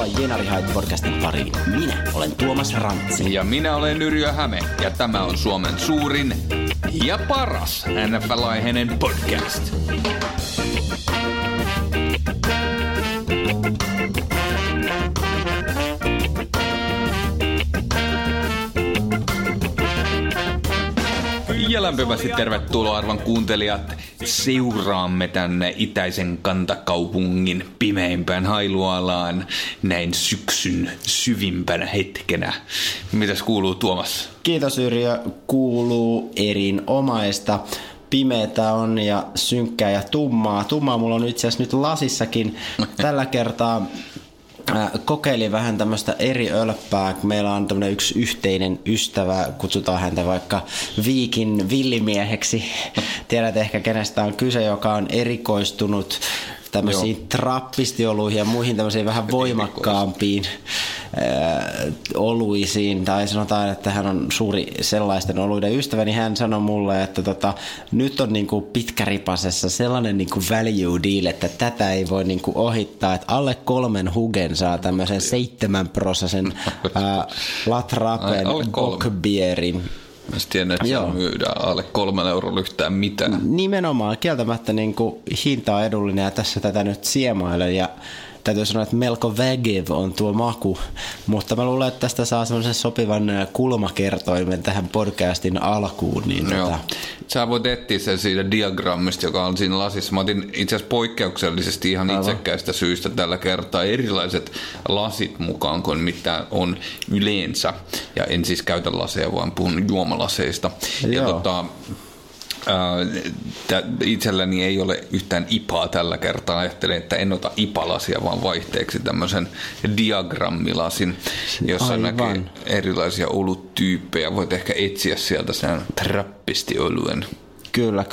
Tervetuloa Jenari Hait-podcastin pariin. Minä olen Tuomas Rantsi. Ja minä olen Yrjö Häme. Ja tämä on Suomen suurin ja paras NFL-aiheinen podcast. Ja lämpimästi tervetuloa arvon kuuntelijat. Seuraamme tänne itäisen kantakaupungin pimeimpään hailualaan näin syksyn syvimpänä hetkenä. Mitäs kuuluu, Tuomas? Kiitos, Yrjö. Kuuluu erinomaista. Pimeätä on ja synkkää ja tummaa. Tummaa mulla on itse asiassa nyt lasissakin. Tällä kertaa kokeilin vähän tämmöistä eri ölppää. Meillä on tämmöinen yksi yhteinen ystävä, kutsutaan häntä vaikka Viikin villimieheksi. Tiedät ehkä kenestä on kyse, joka on erikoistunut tämmöisiin trappistioluihin ja muihin tämmöisiin vähän voimakkaampiin oluisiin, tai sanotaan, että hän on suuri sellaisten oluiden ystävä, niin hän sanoi mulle, että nyt on niinku pitkäripasessa sellainen niinku value deal, että tätä ei voi niinku ohittaa, että alle 3 hugen saa tämmöisen 7% Latrapen bockbierin. Mä tiedän, että se myydään alle 3 eurolla yhtään mitään. Nimenomaan, kieltämättä niin kuin hinta on edullinen ja tässä tätä nyt siemailen ja täytyy sanoa, että melko vägev on tuo maku, mutta mä luulen, että tästä saa semmoisen sopivan kulmakertoimen tähän podcastin alkuun. Niin Sä voit etsiä sen siitä diagrammista, joka on siinä lasissa. Mä otin itse asiassa poikkeuksellisesti ihan itsekkäistä syistä tällä kertaa erilaiset lasit mukaan kuin mitä on yleensä. Ja en siis käytä laseja, vaan puhun juomalaseista. Ja itselläni ei ole yhtään IPAa tällä kertaa. Ajattelin, että en ota IPA-lasia, vaan vaihteeksi tämmöisen diagrammilasin, jossa näkee erilaisia oluttyyppejä. Voit ehkä etsiä sieltä sen trappistioluen. Kyllä.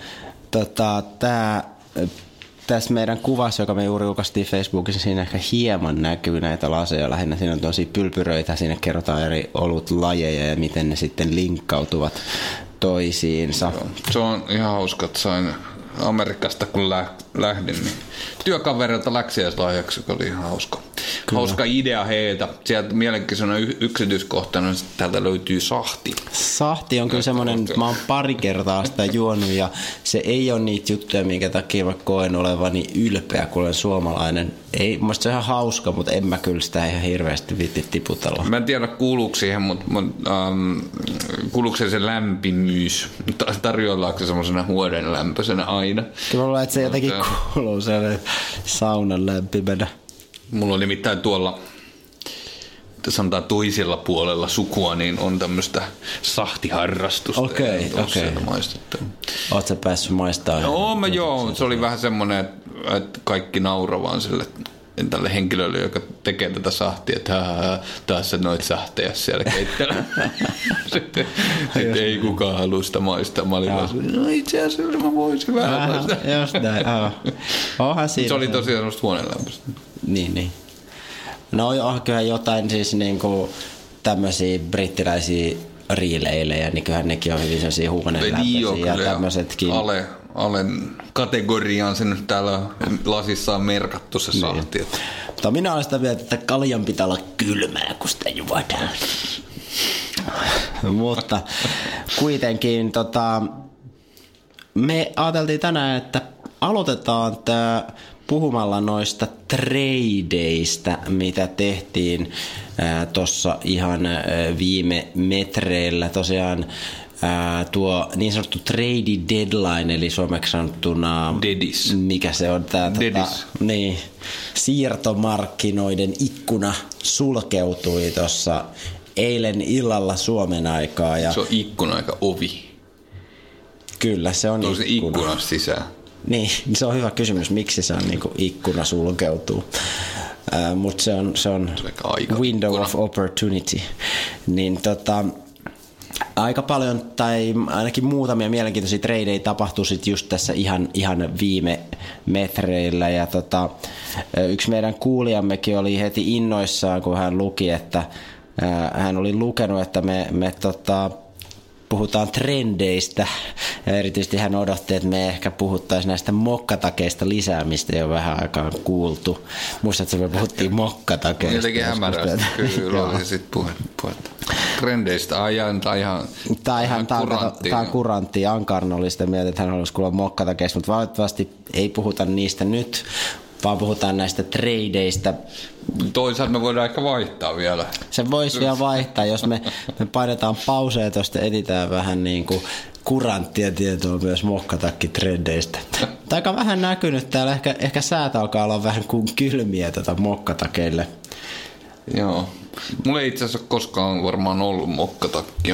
Tässä meidän kuvassa, joka me juuri julkaistiin Facebookissa, siinä ehkä hieman näkyy näitä laseja. Lähinnä siinä on tosi pylpyröitä, siinä kerrotaan eri olutlajeja ja miten ne sitten linkkautuvat toisiinsa. Joo. Se on ihan hauska, että sain Amerikasta kun lähdin, niin työkaverilta läksiäislahjaksi, joka oli ihan hauska. Kyllä. Hauska idea heiltä. Sieltä mielenkiintoinen yksityiskohtana, että täältä löytyy sahti. Sahti on kyllä semmoinen, mä oon pari kertaa sitä juonut ja se ei ole niitä juttuja, minkä takia mä koen olevani ylpeä, kun olen suomalainen. Ei, musta se on ihan hauska, mutta en mä kyllä sitä ihan hirveästi viitti tiputella. Mä en tiedä kuuluuko siihen, mutta kuuluuko se lämpimyys? Tarjoillaanko se semmoisena huoden lämpöisenä aina? Kyllä mä luulen, että se jotenkin kuuluu sellainen saunan lämpimänä. Mulla on nimittäin tuolla, sanotaan toisella puolella sukua, niin on tämmöistä sahtiharrastusta. Okei. Oot sä päässyt maistamaan? Joo, se oli vähän semmoinen, että kaikki nauraa vaan sille tälle henkilölle, joka tekee tätä sahtia, että taas sä noit sahteja siellä keittelemään. Sitten ei kukaan halua sitä maistaa. Mä olin vaan, itse asiassa mä voisin vähän maistaa. Just näin, se oli tosiaan semmoista huoneenlämpöistä. Niin. No kyllähän jotain siis niinku tämmöisiä brittiläisiä riileilejä, niin kyllähän nekin on hyvin sellaisia huoneenlämpöisiä ja tämmöisetkin. Alen kategoriaan se nyt täällä lasissa on merkattu se sahti. Niin. Mutta minä olen sitä mieltä, että kaljan pitää olla kylmää, kun sitä juodaan. Mutta kuitenkin me ajateltiin tänään, että aloitetaan tämä puhumalla noista tradeista, mitä tehtiin tuossa ihan viime metreillä. Tosiaan tuo niin sanottu trade deadline, eli suomeksi sanottuna Dedis. Mikä se on tämä siirtomarkkinoiden ikkuna sulkeutui tuossa eilen illalla Suomen aikaa. Ja se on ikkuna aika ovi. Kyllä, se on se ikkuna sisään. Niin, se on hyvä kysymys, miksi se on niinku ikkuna sulkeutuu. Mutta se on window of opportunity. Niin aika paljon tai ainakin muutamia mielenkiintoisia tradeja tapahtui sit just tässä ihan viime metreillä ja yksi meidän kuulijammekin oli heti innoissaan, kun hän luki, että hän oli lukenut, että me puhutaan trendeistä. Ja erityisesti hän odotti, että me ehkä puhuttaisiin näistä mokkatakeista lisää, mistä jo vähän aikaa kuultu. Muistatko, että me puhuttiin mokkatakeista? Jotenkin hämärästi, kyllä oli sitten puhetta. Trendeistä, tämä on kurantti. Ankarno oli sitä mieltä, että hän haluaisi kuulla mokkatakeista, mutta valitettavasti ei puhuta niistä nyt, vaan puhutaan näistä tradeista. Toisaalta me voidaan ehkä vaihtaa vielä. Se voisi vielä vaihtaa, jos me painetaan pauseja tuosta, editään vähän niin kuin kuranttia tietoa myös mokkatakkitrendeistä. Aika vähän näkynyt täällä, ehkä säät alkaa olla vähän kuin kylmiä mokkatakeille. Joo. Mulla ei itse asiassa koskaan varmaan ollut mokkatakkia.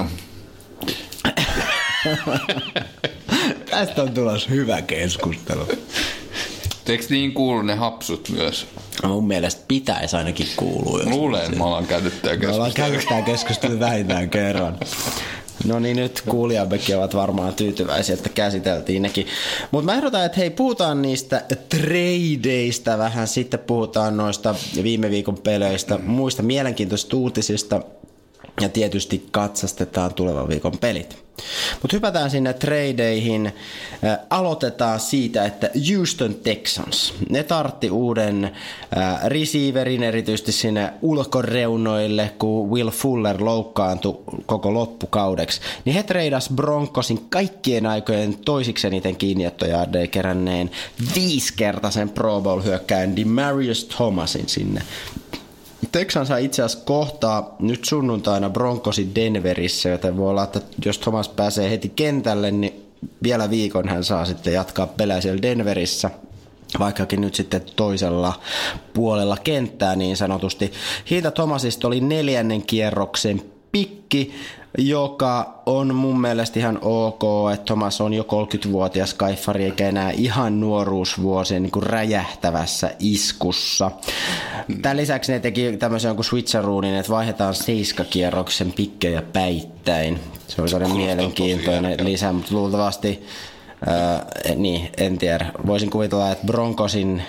Tästä on tulossa hyvä keskustelu. Eikö niin kuulu ne hapsut myös? Mun mielestä pitäisi ainakin kuulua. Luulen, että me ollaan käyty tämä keskustelu vähintään kerran. No niin, nyt kuulijammekin ovat varmaan tyytyväisiä, että käsiteltiin nekin. Mutta mä ehdotan, että hei, puhutaan niistä tradeista vähän, sitten puhutaan noista viime viikon peleistä, muista mielenkiintoisista uutisista ja tietysti katsastetaan tulevan viikon pelit. Mutta hypätään sinne tradeihin. Aloitetaan siitä, että Houston Texans, ne tartti uuden receiverin erityisesti sinne ulkoreunoille, kun Will Fuller loukkaantui koko loppukaudeksi. Niin he treidas Broncosin kaikkien aikojen toisiksi eniten kiinniottojaardeja keränneen 5-kertaisen Pro Bowl-hyökkäin Demaryius Thomasin sinne. Texans saa itse asiassa kohtaa nyt sunnuntaina Broncosin Denverissä, joten voi olla, että jos Thomas pääsee heti kentälle, niin vielä viikon hän saa sitten jatkaa pelejä siellä Denverissä, vaikkakin nyt sitten toisella puolella kenttää niin sanotusti. Hinta Thomasista oli 4. kierroksen pikki, joka on mun mielestä ihan ok, että Thomas on jo 30-vuotias kaiffari eikä enää ihan nuoruusvuosien niin kuin räjähtävässä iskussa. Tämän lisäksi ne teki tämmöisen jonkun switcheroonin, että vaihdetaan 7-kierroksen pikkejä päittäin. Se oli sellainen mielenkiintoinen lisä, mutta luultavasti, niin, en tiedä. Voisin kuvitella, että Broncosin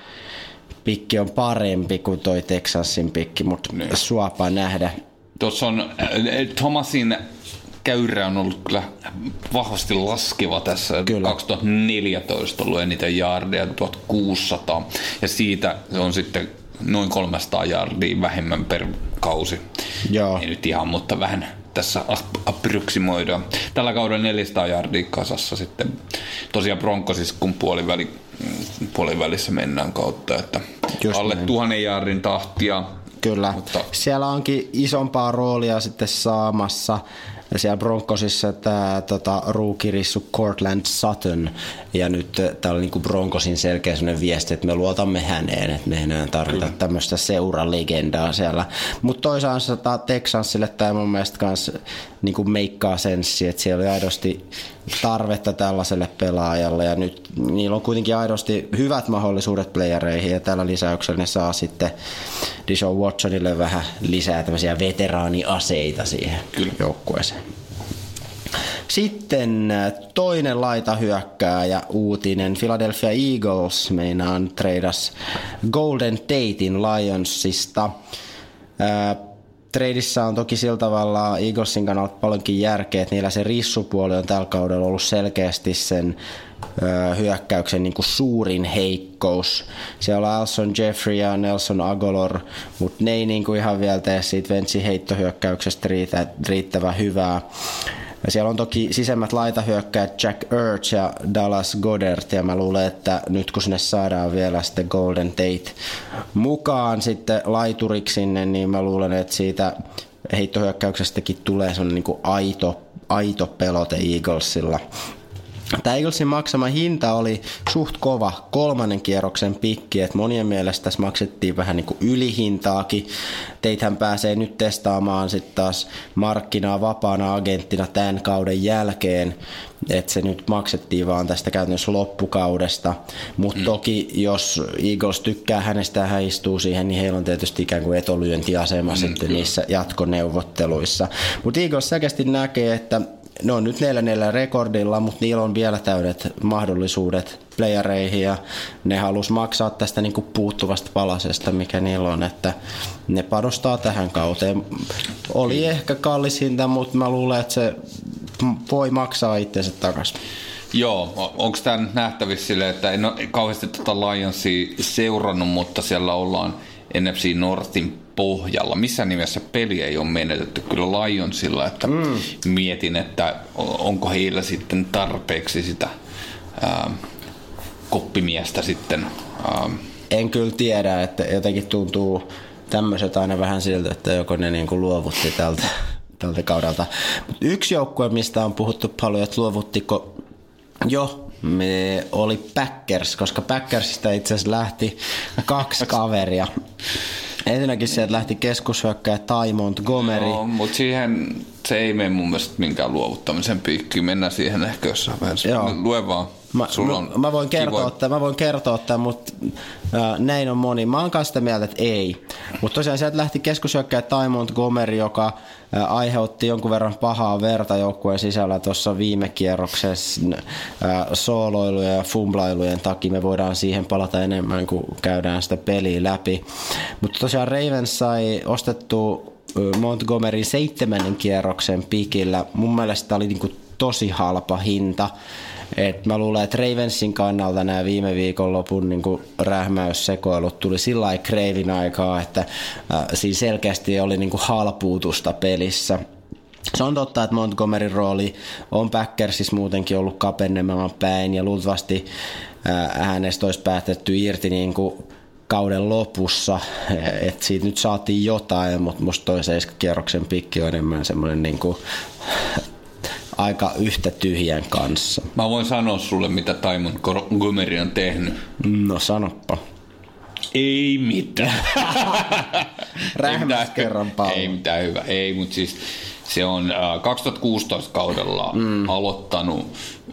pikki on parempi kuin toi Texasin pikki, mutta suopaa nähdä. Tuossa on Thomasin käyrä on ollut kyllä vahvasti laskeva tässä. Kyllä. 2014 ollut eniten jaardeja, 1600. Ja siitä on sitten noin 300 jaardia vähemmän per kausi. Joo. Ei nyt ihan, mutta vähän tässä approksimoidaan. Tällä kaudella 400 jaardia kasassa sitten. Tosiaan Broncosissa, kun puolivälissä mennään kautta, että just alle näin. 1000 jaardin tahtia. Kyllä. Mutta siellä onkin isompaa roolia sitten saamassa siellä Broncosissa tämä ruukirissu Cortland Sutton. Ja nyt täällä on niin kuin Broncosin selkeä sellainen viesti, että me luotamme häneen, että me ei enää tarvita tämmöistä seuralegendaa siellä. Mutta toisaalta Texansille tämä mun mielestä kans niin kuin meikkaa senssiä, että siellä oli aidosti tarvetta tällaiselle pelaajalle ja nyt niillä on kuitenkin aidosti hyvät mahdollisuudet playereihin ja tällä lisäyksellä ne saa sitten Deshaun Watsonille vähän lisää tämmöisiä veteraaniaseita siihen joukkueeseen. Sitten toinen laitahyökkääjä uutinen. Philadelphia Eagles meinaan treidas Golden Tatein Lionsista. Treidissä on toki sillä tavalla Eaglesin kannalta paljonkin järkeä, että niillä se rissupuoli on tällä kaudella ollut selkeästi sen hyökkäyksen niin kuin suurin heikkous. Siellä on Alshon Jeffrey ja Nelson Agholor, mutta ne ei niin kuin ihan vielä tee siitä Ventsin heittohyökkäyksestä riittävän hyvää. Ja siellä on toki sisemmät laitahyökkäjät Jack Ertz ja Dallas Goedert, ja mä luulen, että nyt kun sinne saadaan vielä sitten Golden Tate mukaan sitten laituriksi sinne, niin mä luulen, että siitä heittohyökkäyksestäkin tulee sellainen niin kuin aito pelote Eaglesilla. Tämä Eaglesin maksama hinta oli suht kova 3. kierroksen pikki, että monien mielestä tässä maksettiin vähän niin kuin ylihintaakin. Teithän pääsee nyt testaamaan sitten taas markkinaa vapaana agenttina tämän kauden jälkeen, että se nyt maksettiin vaan tästä käytännössä loppukaudesta. Mutta toki jos Eagles tykkää hänestä ja hän istuu siihen, niin heillä on tietysti ikään kuin etulyöntiasema sitten niissä jatkoneuvotteluissa. Mutta Eagles selkeästi näkee, että ne on nyt 4-4 rekordilla, mutta niillä on vielä täydet mahdollisuudet playereihin ja ne halus maksaa tästä niinku puuttuvasta palasesta, mikä niillä on, että ne panostaa tähän kauteen. Oli ehkä kallis hinta, mutta mä luulen, että se voi maksaa itsensä takaisin. Joo, onko tämä nyt nähtävissä silleen, että en ole kauheasti Lionsia seurannut, mutta siellä ollaan NFC Northin pohjalla. Missään nimessä peli ei ole menetetty kyllä Lionsilla, että mietin, että onko heillä sitten tarpeeksi sitä koppimiestä sitten. En kyllä tiedä, että jotenkin tuntuu tämmöiset aina vähän siltä, että joko ne niin kuin luovutti tältä kaudelta. Yksi joukkue, mistä on puhuttu paljon, että luovuttiko me oli Packers, koska Packersista itse asiassa lähti 2 kaveria. Ensinnäkin sieltä lähti keskushyökkääjä Ty Montgomery. Joo, mutta siihen se ei mene mun mielestä minkään luovuttamisen piikkiin. Mennään siihen ehkä jossain vaiheessa. Lue vaan. Mä voin kertoa tämän, mutta näin on moni. Mä oon kanssa sitä mieltä, että ei. Mutta tosiaan sieltä lähti keskushyökkääjä Ty Montgomery, joka aiheutti jonkun verran pahaa verta joukkueen sisällä tuossa viime kierroksessa sooloilujen ja fumblailujen takia. Me voidaan siihen palata enemmän, kun käydään sitä peliä läpi. Mutta tosiaan Ravens sai ostettua Montgomeryn 7. kierroksen pikillä. Mun mielestä oli niinku tosi halpa hinta. Et mä luulen, että Ravensin kannalta nämä viime viikonlopun niinku rähmäyssekoilut tuli sillä lailla kreivin aikaa, että siinä selkeästi oli niinku halpuutusta pelissä. Se on totta, että Montgomeryn rooli on Packersissa muutenkin ollut kapennemaan päin ja luultavasti hänestä olisi päätetty irti niinku kauden lopussa, että siitä nyt saatiin jotain, mutta musta toi 7. kierroksen pikki on enemmän semmoinen niinku aika yhtä tyhjän kanssa. Mä voin sanoa sulle, mitä Ty Montgomery on tehnyt. No sanoppa. Ei mitään. Rähmäs kerran paljon. Ei mitään hyvä. Ei, mutta siis se on 2016 kaudella aloittanut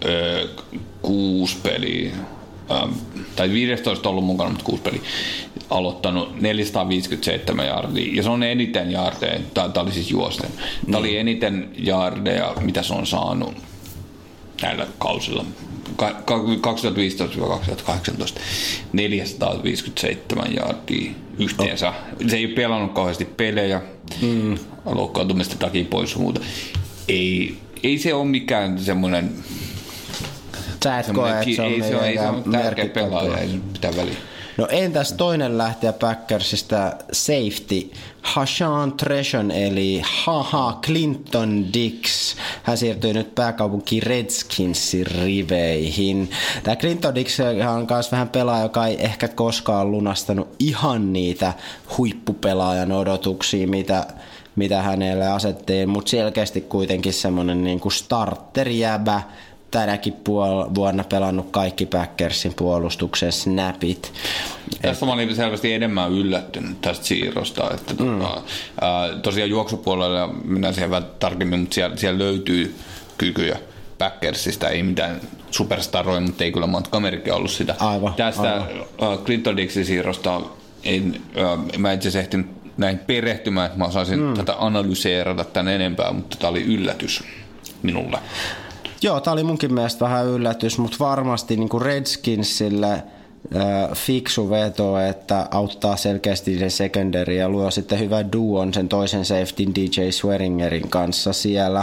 6 peliä. Tai 15 ollut mukana, mutta 6 peliä. Aloittanut 457 jaardia. Ja se on eniten jaardeja. Tämä oli siis juosten. Tämä oli eniten jaardeja, mitä se on saanut näillä kausilla. 2015-2018. 457 jaardia yhteensä. Se ei ole pelannut kauheasti pelejä. Loukkaantumista takia pois muuta. Ei se ole mikään semmoinen... Sä et koe, että se on tärkeä pelaaja, ei pitää väliä. No entäs toinen lähtijä Packersista, safety, Hashan Treshon eli Clinton Dix. Hän siirtyy nyt pääkaupunkiin Redskinsin riveihin. Tämä Clinton Dix on myös vähän pelaaja, joka ei ehkä koskaan lunastanut ihan niitä huippupelaajan odotuksia, mitä hänelle asettiin, mutta selkeästi kuitenkin semmoinen niinku starterijäbä. Tänäkin vuonna pelannut kaikki Packersin puolustuksen snapit. Tästä mä olin selvästi enemmän yllättynyt tästä siirrosta. Että tosiaan juoksupuolella mennään siihen vähän tarkemmin, mutta siellä löytyy kykyjä Packersista. Ei mitään superstaroja, mutta ei kyllä Montgomerykin ollut sitä. Tästä Clinton Dixin siirrosta mä itse asiassa ehtinyt näin perehtymään, että mä osaisin tätä analyseerata tän enempää, mutta tämä oli yllätys minulle. Joo, tää oli munkin mielestä vähän yllätys, mutta varmasti niin kuin Redskinsille fiksu veto, että auttaa selkeästi sen secondary ja luo sitten hyvä duon sen toisen safetyn DJ Swearingerin kanssa siellä.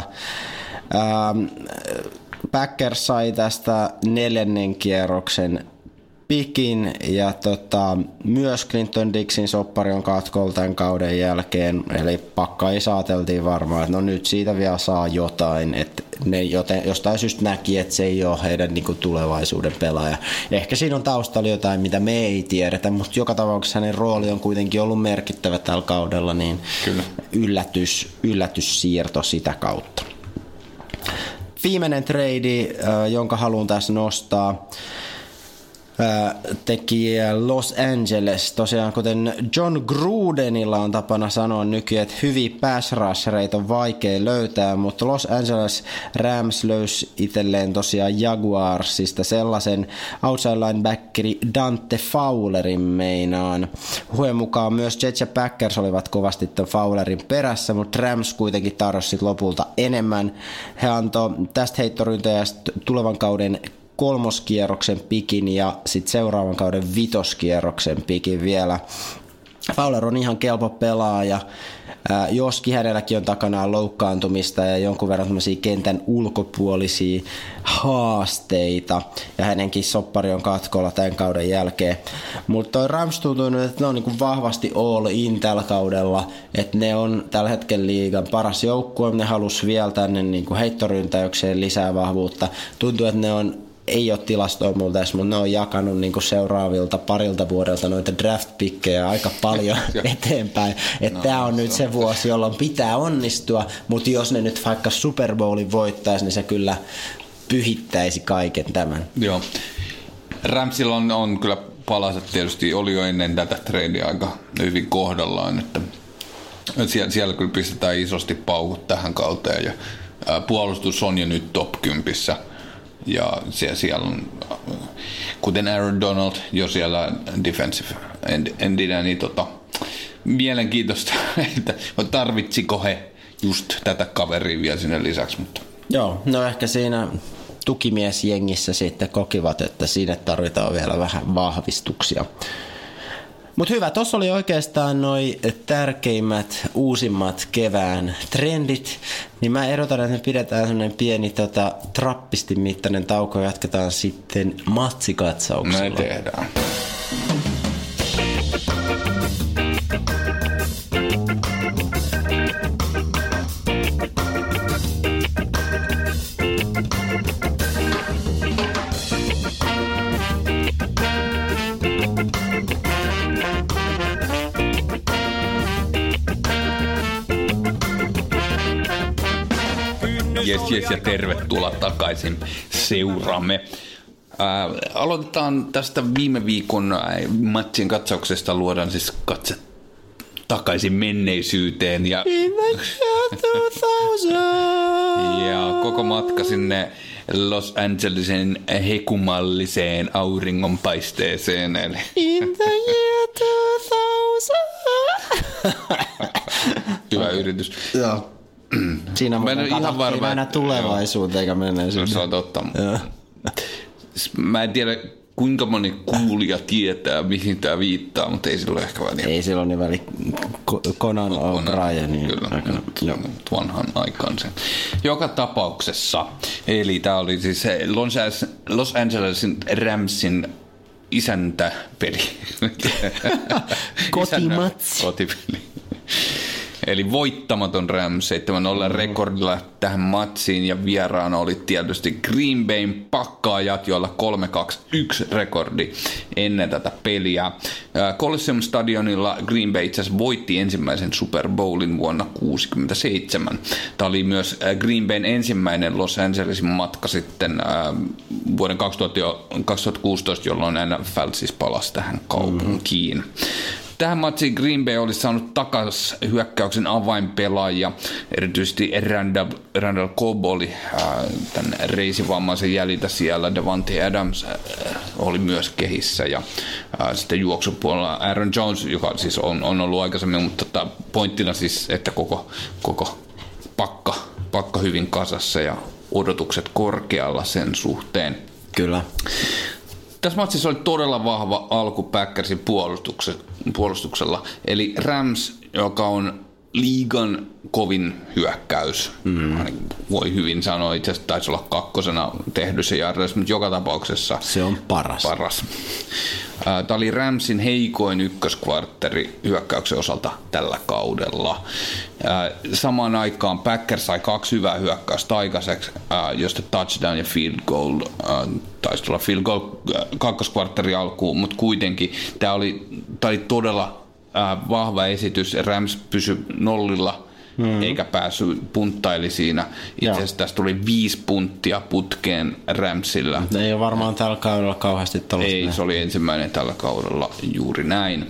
Packers sai tästä 4. kierroksen pikin ja myös Clinton Dixin soppari on katkolla tämän kauden jälkeen, eli Pakkais ajateltiin varmaan, että no nyt siitä vielä saa jotain, että ne jostain syystä näki, että se ei ole heidän niin kuin tulevaisuuden pelaaja. Ehkä siinä on taustalla jotain, mitä me ei tiedetä, mutta joka tapauksessa hänen rooli on kuitenkin ollut merkittävä tällä kaudella, niin kyllä. Yllätyssiirto sitä kautta. Viimeinen trade, jonka haluan tässä nostaa, teki Los Angeles. Tosiaan kuten John Grudenilla on tapana sanoa nykyään, että hyviä pass rushereita on vaikea löytää, mutta Los Angeles Rams löysi itselleen tosiaan Jaguarsista sellaisen outside linebackeri Dante Fowlerin meinaan. Huojen mukaan myös Jets ja Packers olivat kovasti tämän Fowlerin perässä, mutta Rams kuitenkin tarjosi lopulta enemmän. He antoi tästä heittoryntäjästä tulevan kauden 3. kierroksen pikin ja sitten seuraavan kauden 5. kierroksen pikin vielä. Fowler on ihan kelpo pelaaja. joskin hänelläkin on takanaan loukkaantumista ja jonkun verran kentän ulkopuolisia haasteita, ja hänenkin soppari on katkolla tämän kauden jälkeen. Mutta toi Rams tuntuu nyt, että ne on niinku vahvasti all in tällä kaudella, että ne on tällä hetkellä liigan paras joukkue, ne halus vielä tänne niinku heittoryntäykseen lisää vahvuutta. Tuntuu, että ne on, ei ole tilastoa multa edes, mutta ne on jakanut niinku seuraavilta parilta vuodelta noita draft-pikkejä aika paljon eteenpäin. Että tämä on nyt se vuosi, jolloin pitää onnistua, mutta jos ne nyt vaikka Super Bowlin voittaisi, niin se kyllä pyhittäisi kaiken tämän. Joo. Ramsilla on kyllä palaset tietysti, oli jo ennen tätä tradea aika hyvin kohdallaan, että siellä kyllä pistetään isosti paukut tähän kauteen, ja puolustus on jo nyt top 10. Ja siellä on, kuten Aaron Donald jo siellä defensive endinä, niin mielenkiintoista, että tarvitsiko he just tätä kaveria vielä sinne lisäksi. Mutta. Joo, no ehkä siinä tukimiesjengissä sitten kokivat, että siinä tarvitaan vielä vähän vahvistuksia. Mutta hyvä, tuossa oli oikeastaan noi tärkeimmät, uusimmat kevään trendit, niin mä erotan, että me pidetään sellainen pieni trappistin mittainen tauko ja jatketaan sitten matsikatsauksella. Me tehdään. Jes, ja tervetuloa takaisin seuraamme. Aloitetaan tästä viime viikon matsin katsauksesta, luodaan siis katse takaisin menneisyyteen. Ja koko matka sinne Los Angelesin hekumalliseen auringonpaisteeseen. Eli. In the year 2000. Hyvä yritys. Joo. Siinä katsottiin aina tulevaisuuteen eikä menneisyyteen. Se on totta. Mä en tiedä, kuinka moni kuulija tietää, mihin tämä viittaa, mutta ei silloin ehkä väliä. Ei silloin niin väliä. Conan O'Brien. Kyllä, vanhan aikaan sen. Joka tapauksessa, eli tämä oli siis Los Angelesin Ramsin isäntäpeli. Kotipeli. Eli voittamaton Rams 7-0 rekordilla tähän matsiin, ja vieraana oli tietysti Green Bayn pakkaajat, joilla 3-2-1 rekordi ennen tätä peliä. Coliseum Stadionilla Green Bay itse asiassa voitti ensimmäisen Super Bowlin vuonna 1967. Tämä oli myös Green Bayn ensimmäinen Los Angelesin matka sitten vuoden 2016, jolloin NFL siis palasi tähän kaupunkiin. Tähän matsiin Green Bay olisi saanut takaisin hyökkäyksen avainpelaajia, erityisesti Randall Cobb oli tämän reisivammaisen jäljiltä siellä, Davante Adams oli myös kehissä, ja sitten juoksupuolella Aaron Jones, joka siis on ollut aikaisemmin, mutta pointtina siis, että koko pakka hyvin kasassa ja odotukset korkealla sen suhteen. Kyllä. Tässä matsissa oli todella vahva alku Packersin puolustuksella. Eli Rams, joka on liigan kovin hyökkäys. Voi hyvin sanoa, itse asiassa taisi olla kakkosena tehdyssä jarruissa, mutta joka tapauksessa se on paras. Tämä oli Ramsin heikoin ykköskvartteri hyökkäyksen osalta tällä kaudella. Samaan aikaan Packers sai 2 hyvää hyökkäystä aikaiseksi, josta touchdown ja field goal taisi tulla field goal kakkoskvartteri alkuun, mutta kuitenkin tämä oli todella vahva esitys. Rams pysyi nollilla eikä päässyt punttaili siinä. Itse asiassa tästä tuli 5 punttia putkeen Ramsilla. Ei ole varmaan tällä kaudella kauheasti tullut. Ei, se oli ensimmäinen tällä kaudella juuri näin.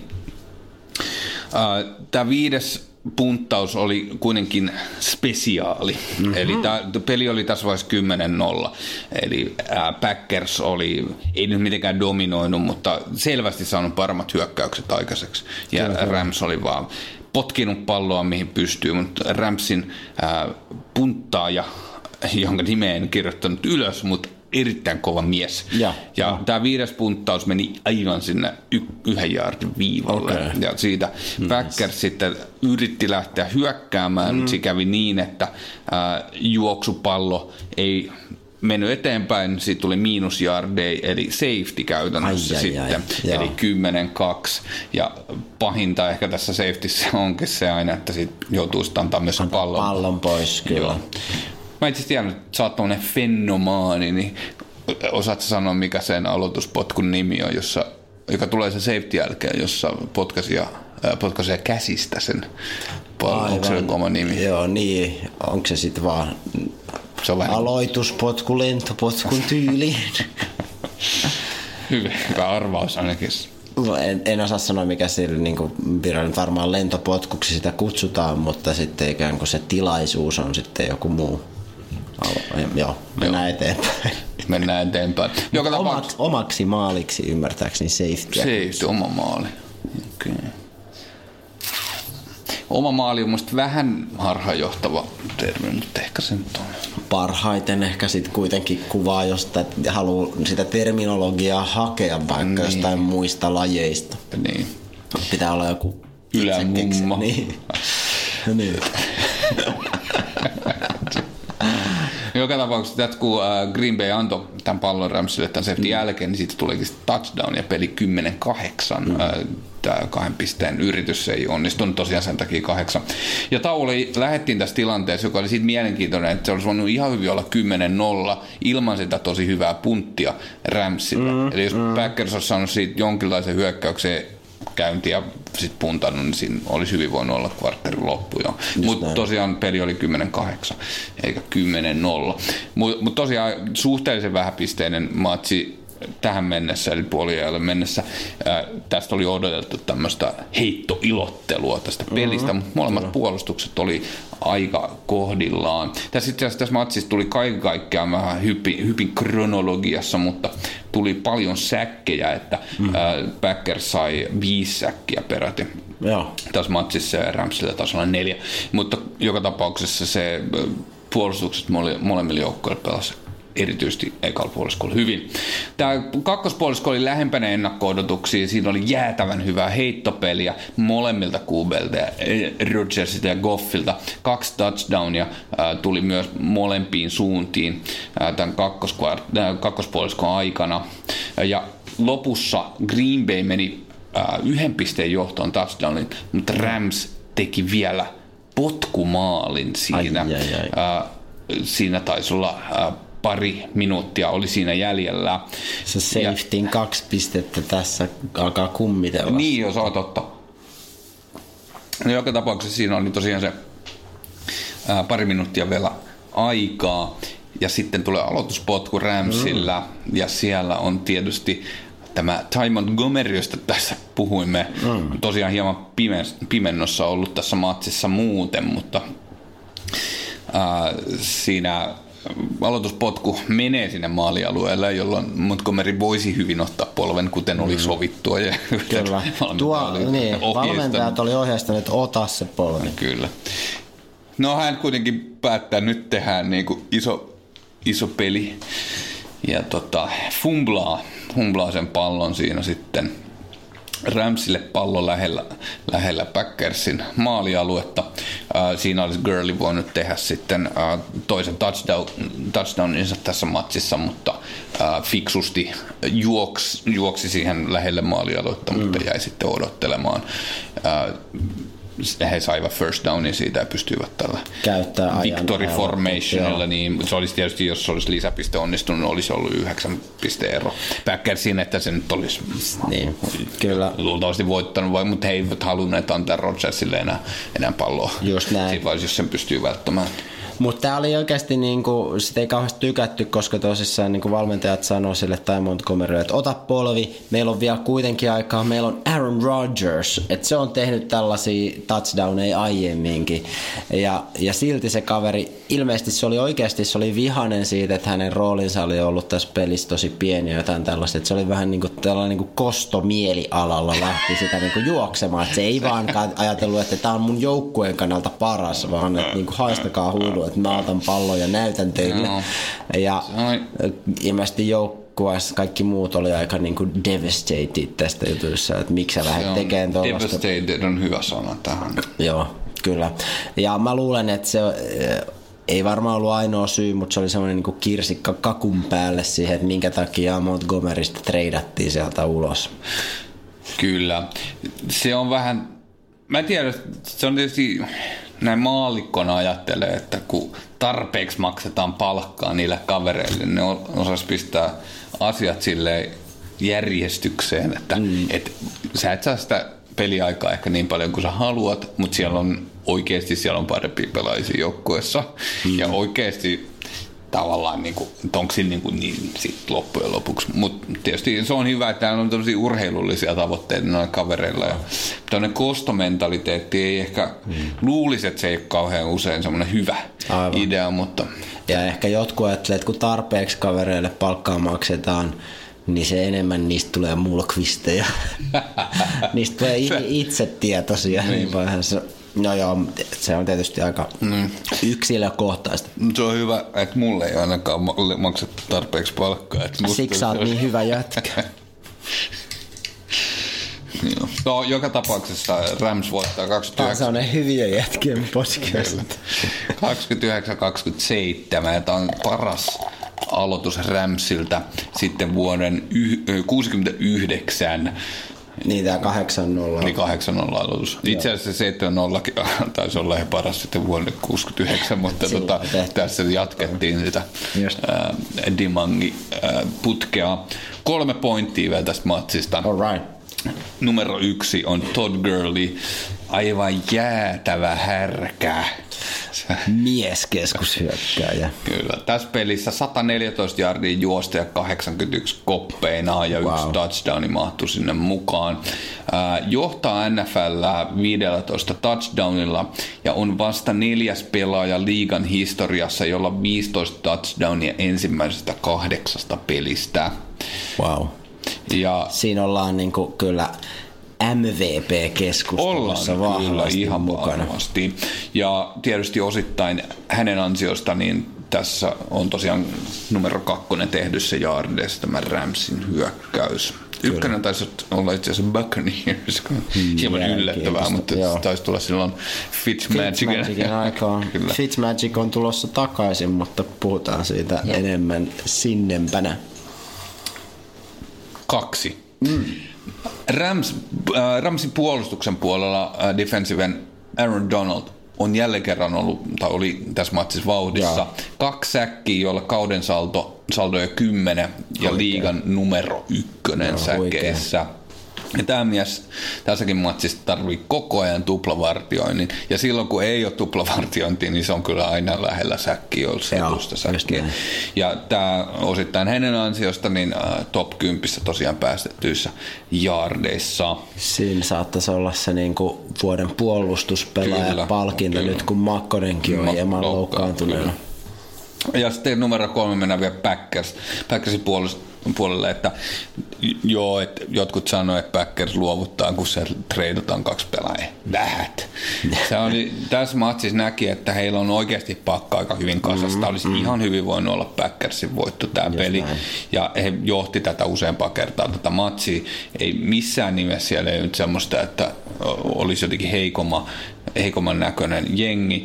Tämä 5. punttaus oli kuitenkin spesiaali. Eli tämä peli oli tässä vaiheessa 10-0. Eli Packers oli, ei nyt mitenkään dominoinut, mutta selvästi saanut paremmat hyökkäykset aikaiseksi. Ja Rams oli vaan potkinut palloa mihin pystyy, mutta Ramsin punttaaja, jonka nimeä en kirjoittanut ylös, mutta erittäin kova mies. Ja tämä 5. punttaus meni aivan sinne 1 jaardin viivalle. Okay. Ja siitä Packers sitten yritti lähteä hyökkäämään. Se kävi niin, että juoksupallo ei mennyt eteenpäin, siitä tuli -yardeja, eli safety käytännössä sitten, eli 10-2. Ja pahinta ehkä tässä safetyssä onkin se aina, että siitä joutuu sitten antaa myös pallon pois, kyllä. Joo. Mä itse tiedän, että sä oot tommonen fenomaani, niin osaatko sanoa, mikä sen aloituspotkun nimi on, joka tulee sen safety jälkeen, jossa potkaisee käsistä sen pallon. Onko se oma nimi? Joo, niin. Onko se sitten vaan aloituspotku lentopotkun tyyliin? Hyvä arvaus ainakin. En osaa sanoa, mikä sillä niin virallinen varmaan lentopotkuksi sitä kutsutaan, mutta sitten ikään kuin se tilaisuus on sitten joku muu. Mennään eteenpäin. Mennään eteenpäin. Omaksi maaliksi ymmärtääkseni safety. Safety, oma maali. Okay. Oma maali on musta vähän harhaanjohtava termi, mutta ehkä se nyt on. Parhaiten ehkä sitten kuitenkin kuvaa, jos haluaa sitä terminologiaa hakea vaikka jostain muista lajeista. Niin. Pitää olla joku ylämummo. Niin. Niin. Joka tapauksessa, kun Green Bay antoi tämän pallon Ramsille tämän safety jälkeen, niin siitä tulikin touchdown ja peli 10-8. Tämä 2 pisteen yritys ei onnistunut tosiaan sen takia 8. Ja tauolle lähdettiin tässä tilanteessa, joka oli siitä mielenkiintoinen, että se olisi voinut ihan hyvin olla 10-0 ilman sitä tosi hyvää punttia Ramsille. Eli jos Packers olisi saanut siitä jonkinlaisen hyökkäyksen käynti ja sitten puntannut, niin siinä olisi hyvin voinut olla kvartterin loppu jo. Mutta tosiaan peli oli 10-8, eikä 10-0. Mutta tosiaan suhteellisen vähäpisteinen matsi tähän mennessä, eli puoliajalle mennessä. Tästä oli odotettu tämmöistä heittoilottelua tästä pelistä, mutta molemmat puolustukset oli aika kohdillaan. Tässä itse asiassa tässä matsissa tuli kaiken kaikkiaan vähän hypin kronologiassa, mutta tuli paljon säkkejä, että Packers sai 5 säkkiä peräti. Joo. Tässä matsissa ja Ramsilla taisi olla 4, mutta joka tapauksessa se puolustukset molemmille joukkoille pelasi erityisesti ekalla puoliskolla hyvin. Tämä kakkospuolisko oli lähempänä ennakko-odotuksia. Siinä oli jäätävän hyvää heittopeliä molemmilta QB:ltä, Rodgersilta ja Goffilta. 2 touchdownia tuli myös molempiin suuntiin tämän kakkospuoliskon aikana. Ja lopussa Green Bay meni 1 pisteen johtoon touchdownin, mutta Rams teki vielä potkumaalin siinä. Siinä taisi olla pari minuuttia oli siinä jäljellä. Se safetyn 2 pistettä tässä alkaa kummitella. Niin, jos on totta. No, joka tapauksessa siinä oli tosiaan se pari minuuttia vielä aikaa. Ja sitten tulee aloituspotku Ramsillä. Ja siellä on tietysti tämä Ty Montgomery, josta tässä puhuimme. Tosiaan hieman pimennossa ollut tässä matsissa muuten, mutta siinä aloituspotku menee sinne maalialueelle, jolloin Montgomery voisi hyvin ottaa polven, kuten oli sovittua. Ja kyllä. Valmentajat oli ohjeistaneet, että ota se polven. Kyllä. No hän kuitenkin päättää, nyt tehdään niin kuin iso peli. Ja fumblaa sen pallon siinä sitten. Ramsille pallo lähellä Packersin maalialuetta. Siinä olisi Gurley voinut tehdä sitten toisen touchdowninsa tässä matsissa, mutta fiksusti juoksi siihen lähelle maalialuetta, mutta jäi sitten odottelemaan. He saivat first downin siitä ja pystyivät tällä victory formationilla, niin se olisi tietysti, jos se olisi lisäpiste onnistunut, olisi ollut 9 pisteen ero Packersiin, että se nyt olisi kyllä luultavasti voittanut, mutta he eivät halunneet antaa Rodgersille enää palloa. Just näin. Siinä vaiheessa, jos sen pystyy välttämään. Mutta tämä oli oikeasti, niinku, sitä ei kauheasti tykätty, koska tosissaan niinku valmentajat sanoo sille Ty Montgomerylle, että ota polvi, meillä on vielä kuitenkin aikaa, meillä on Aaron Rodgers, että se on tehnyt tällaisia touchdowneja aiemminkin. Ja silti se kaveri, ilmeisesti se oli vihainen siitä, että hänen roolinsa oli ollut tässä pelissä tosi pieni ja jotain tällaista, että se oli vähän niinku tällainen niinku kostomielialalla lähti sitä niinku juoksemaan, että se ei vaan ajatellut, että tämä on mun joukkueen kannalta paras, vaan että niinku haistakaa huudu, että mä otan pallon ja näytän teille. No. Ja ilmeisesti joukkueessa kaikki muut oli aika niin kuin devastated tästä jutussa, että miksi sä lähdet tekemään tuollaista. Devastated on hyvä sana tähän. Joo, kyllä. Ja mä luulen, että se ei varmaan ollut ainoa syy, mutta se oli semmoinen niin kuin kirsikka kakun päälle siihen, että minkä takia Montgomerysta treidattiin sieltä ulos. Kyllä. Se on vähän, mä en tiedä, se on tietysti näin maallikkona ajattelee, että kun tarpeeksi maksetaan palkkaa niille kavereille, ne osas pistää asiat silleen järjestykseen, että sä et saa sitä peliaikaa ehkä niin paljon kuin sä haluat, mutta siellä on parempia pelaajia joukkueessa ja oikeasti tavallaan niinku, onko sillä niin sit loppujen lopuksi. Mutta tietysti se on hyvä, että täällä on tämmöisiä urheilullisia tavoitteita noilla kavereilla. Ja tämmöinen kostomentaliteetti ei ehkä luulisi, että se ei ole kauhean usein semmoinen hyvä idea, mutta... Ja ehkä jotkut ajattelee, että kun tarpeeksi kavereille palkkaa maksetaan, niin se enemmän niistä tulee mulkvisteja. Niistä tulee itsetietoisia niin vaiheessa. No joo, se on tietysti aika yksilökohtaista. Se on hyvä, että mulle ei ainakaan maksettu tarpeeksi palkkaa. Siksi sä oot niin hyvä jätkä. No, joka tapauksessa Rams voittaa 29. Se on ne hyviä jätkien podcast. 29-27. Tämä on paras aloitus Ramsilta sitten vuoden 69. Niin, tää 8-0. Niin 8-0 aloitus. Itse asiassa 7-0 taisi olla ihan paras sitten vuonna 69, mutta tässä jatkettiin sitä Dimangi putkea. 3 pointtia vielä tästä matsista. All right. Numero 1 on Todd Gurley. Aivan jäätävä härkä. Mieskeskushyökkääjä. Kyllä. Tässä pelissä 114 yardia juosta ja 81 koppeinaa ja yksi touchdowni mahtui sinne mukaan. Johtaa NFL 15 touchdownilla ja on vasta 4. pelaaja liigan historiassa, jolla on 15 touchdownia ensimmäisestä 8 pelistä. Wow. Ja siinä ollaan niinku kyllä MVP-keskustelussa vahvasti ihan mukana. Vahvasti. Ja tietysti osittain hänen ansiosta niin tässä on tosiaan numero 2 tehdyssä jaardeissa tämä Ramsin hyökkäys. Kyllä. 1 taisi olla itse asiassa Buccaneers, hieman yllättävää, mutta taisi tulla silloin Fitzmagicin aikaan. Fitzmagic on tulossa takaisin, mutta puhutaan siitä enemmän sinnempänä. 2. Ramsin puolustuksen puolella defensiven Aaron Donald on jälleen kerran oli tässä matsissa vauhdissa. 2 säkkiä, jolla kauden saldo on 10 ja liigan numero 1 säkkeissä. Ja tämä mies tässäkin matsissa tarvii koko ajan tuplavartioinnin. Ja silloin kun ei ole tuplavartiointia, niin se on kyllä aina lähellä säkkiä, jos säkkiä. Ja tämä osittain hänen ansiosta niin top 10 tosiaan päästettyissä jaardeissa. Siinä saattaisi olla se niinku vuoden puolustuspelaaja palkinto nyt, kun Makkonenkin on hieman loukkaantuneena. Ja sitten numero 3 mennään vielä Packersin puolelle, että joo, että jotkut sanoo, että Packers luovuttaa, kun se treidataan 2 pelaajia. Vähät. Se oli, tässä matsissa näki, että heillä on oikeasti pakka aika hyvin kasasta. Olisi ihan hyvin voinut olla Packersin voitto tämä peli. Näin. Ja he johti tätä useampaa kertaa tätä matsia. Ei missään nimessä siellä ei nyt semmoista, että olisi jotenkin heikomman näköinen jengi.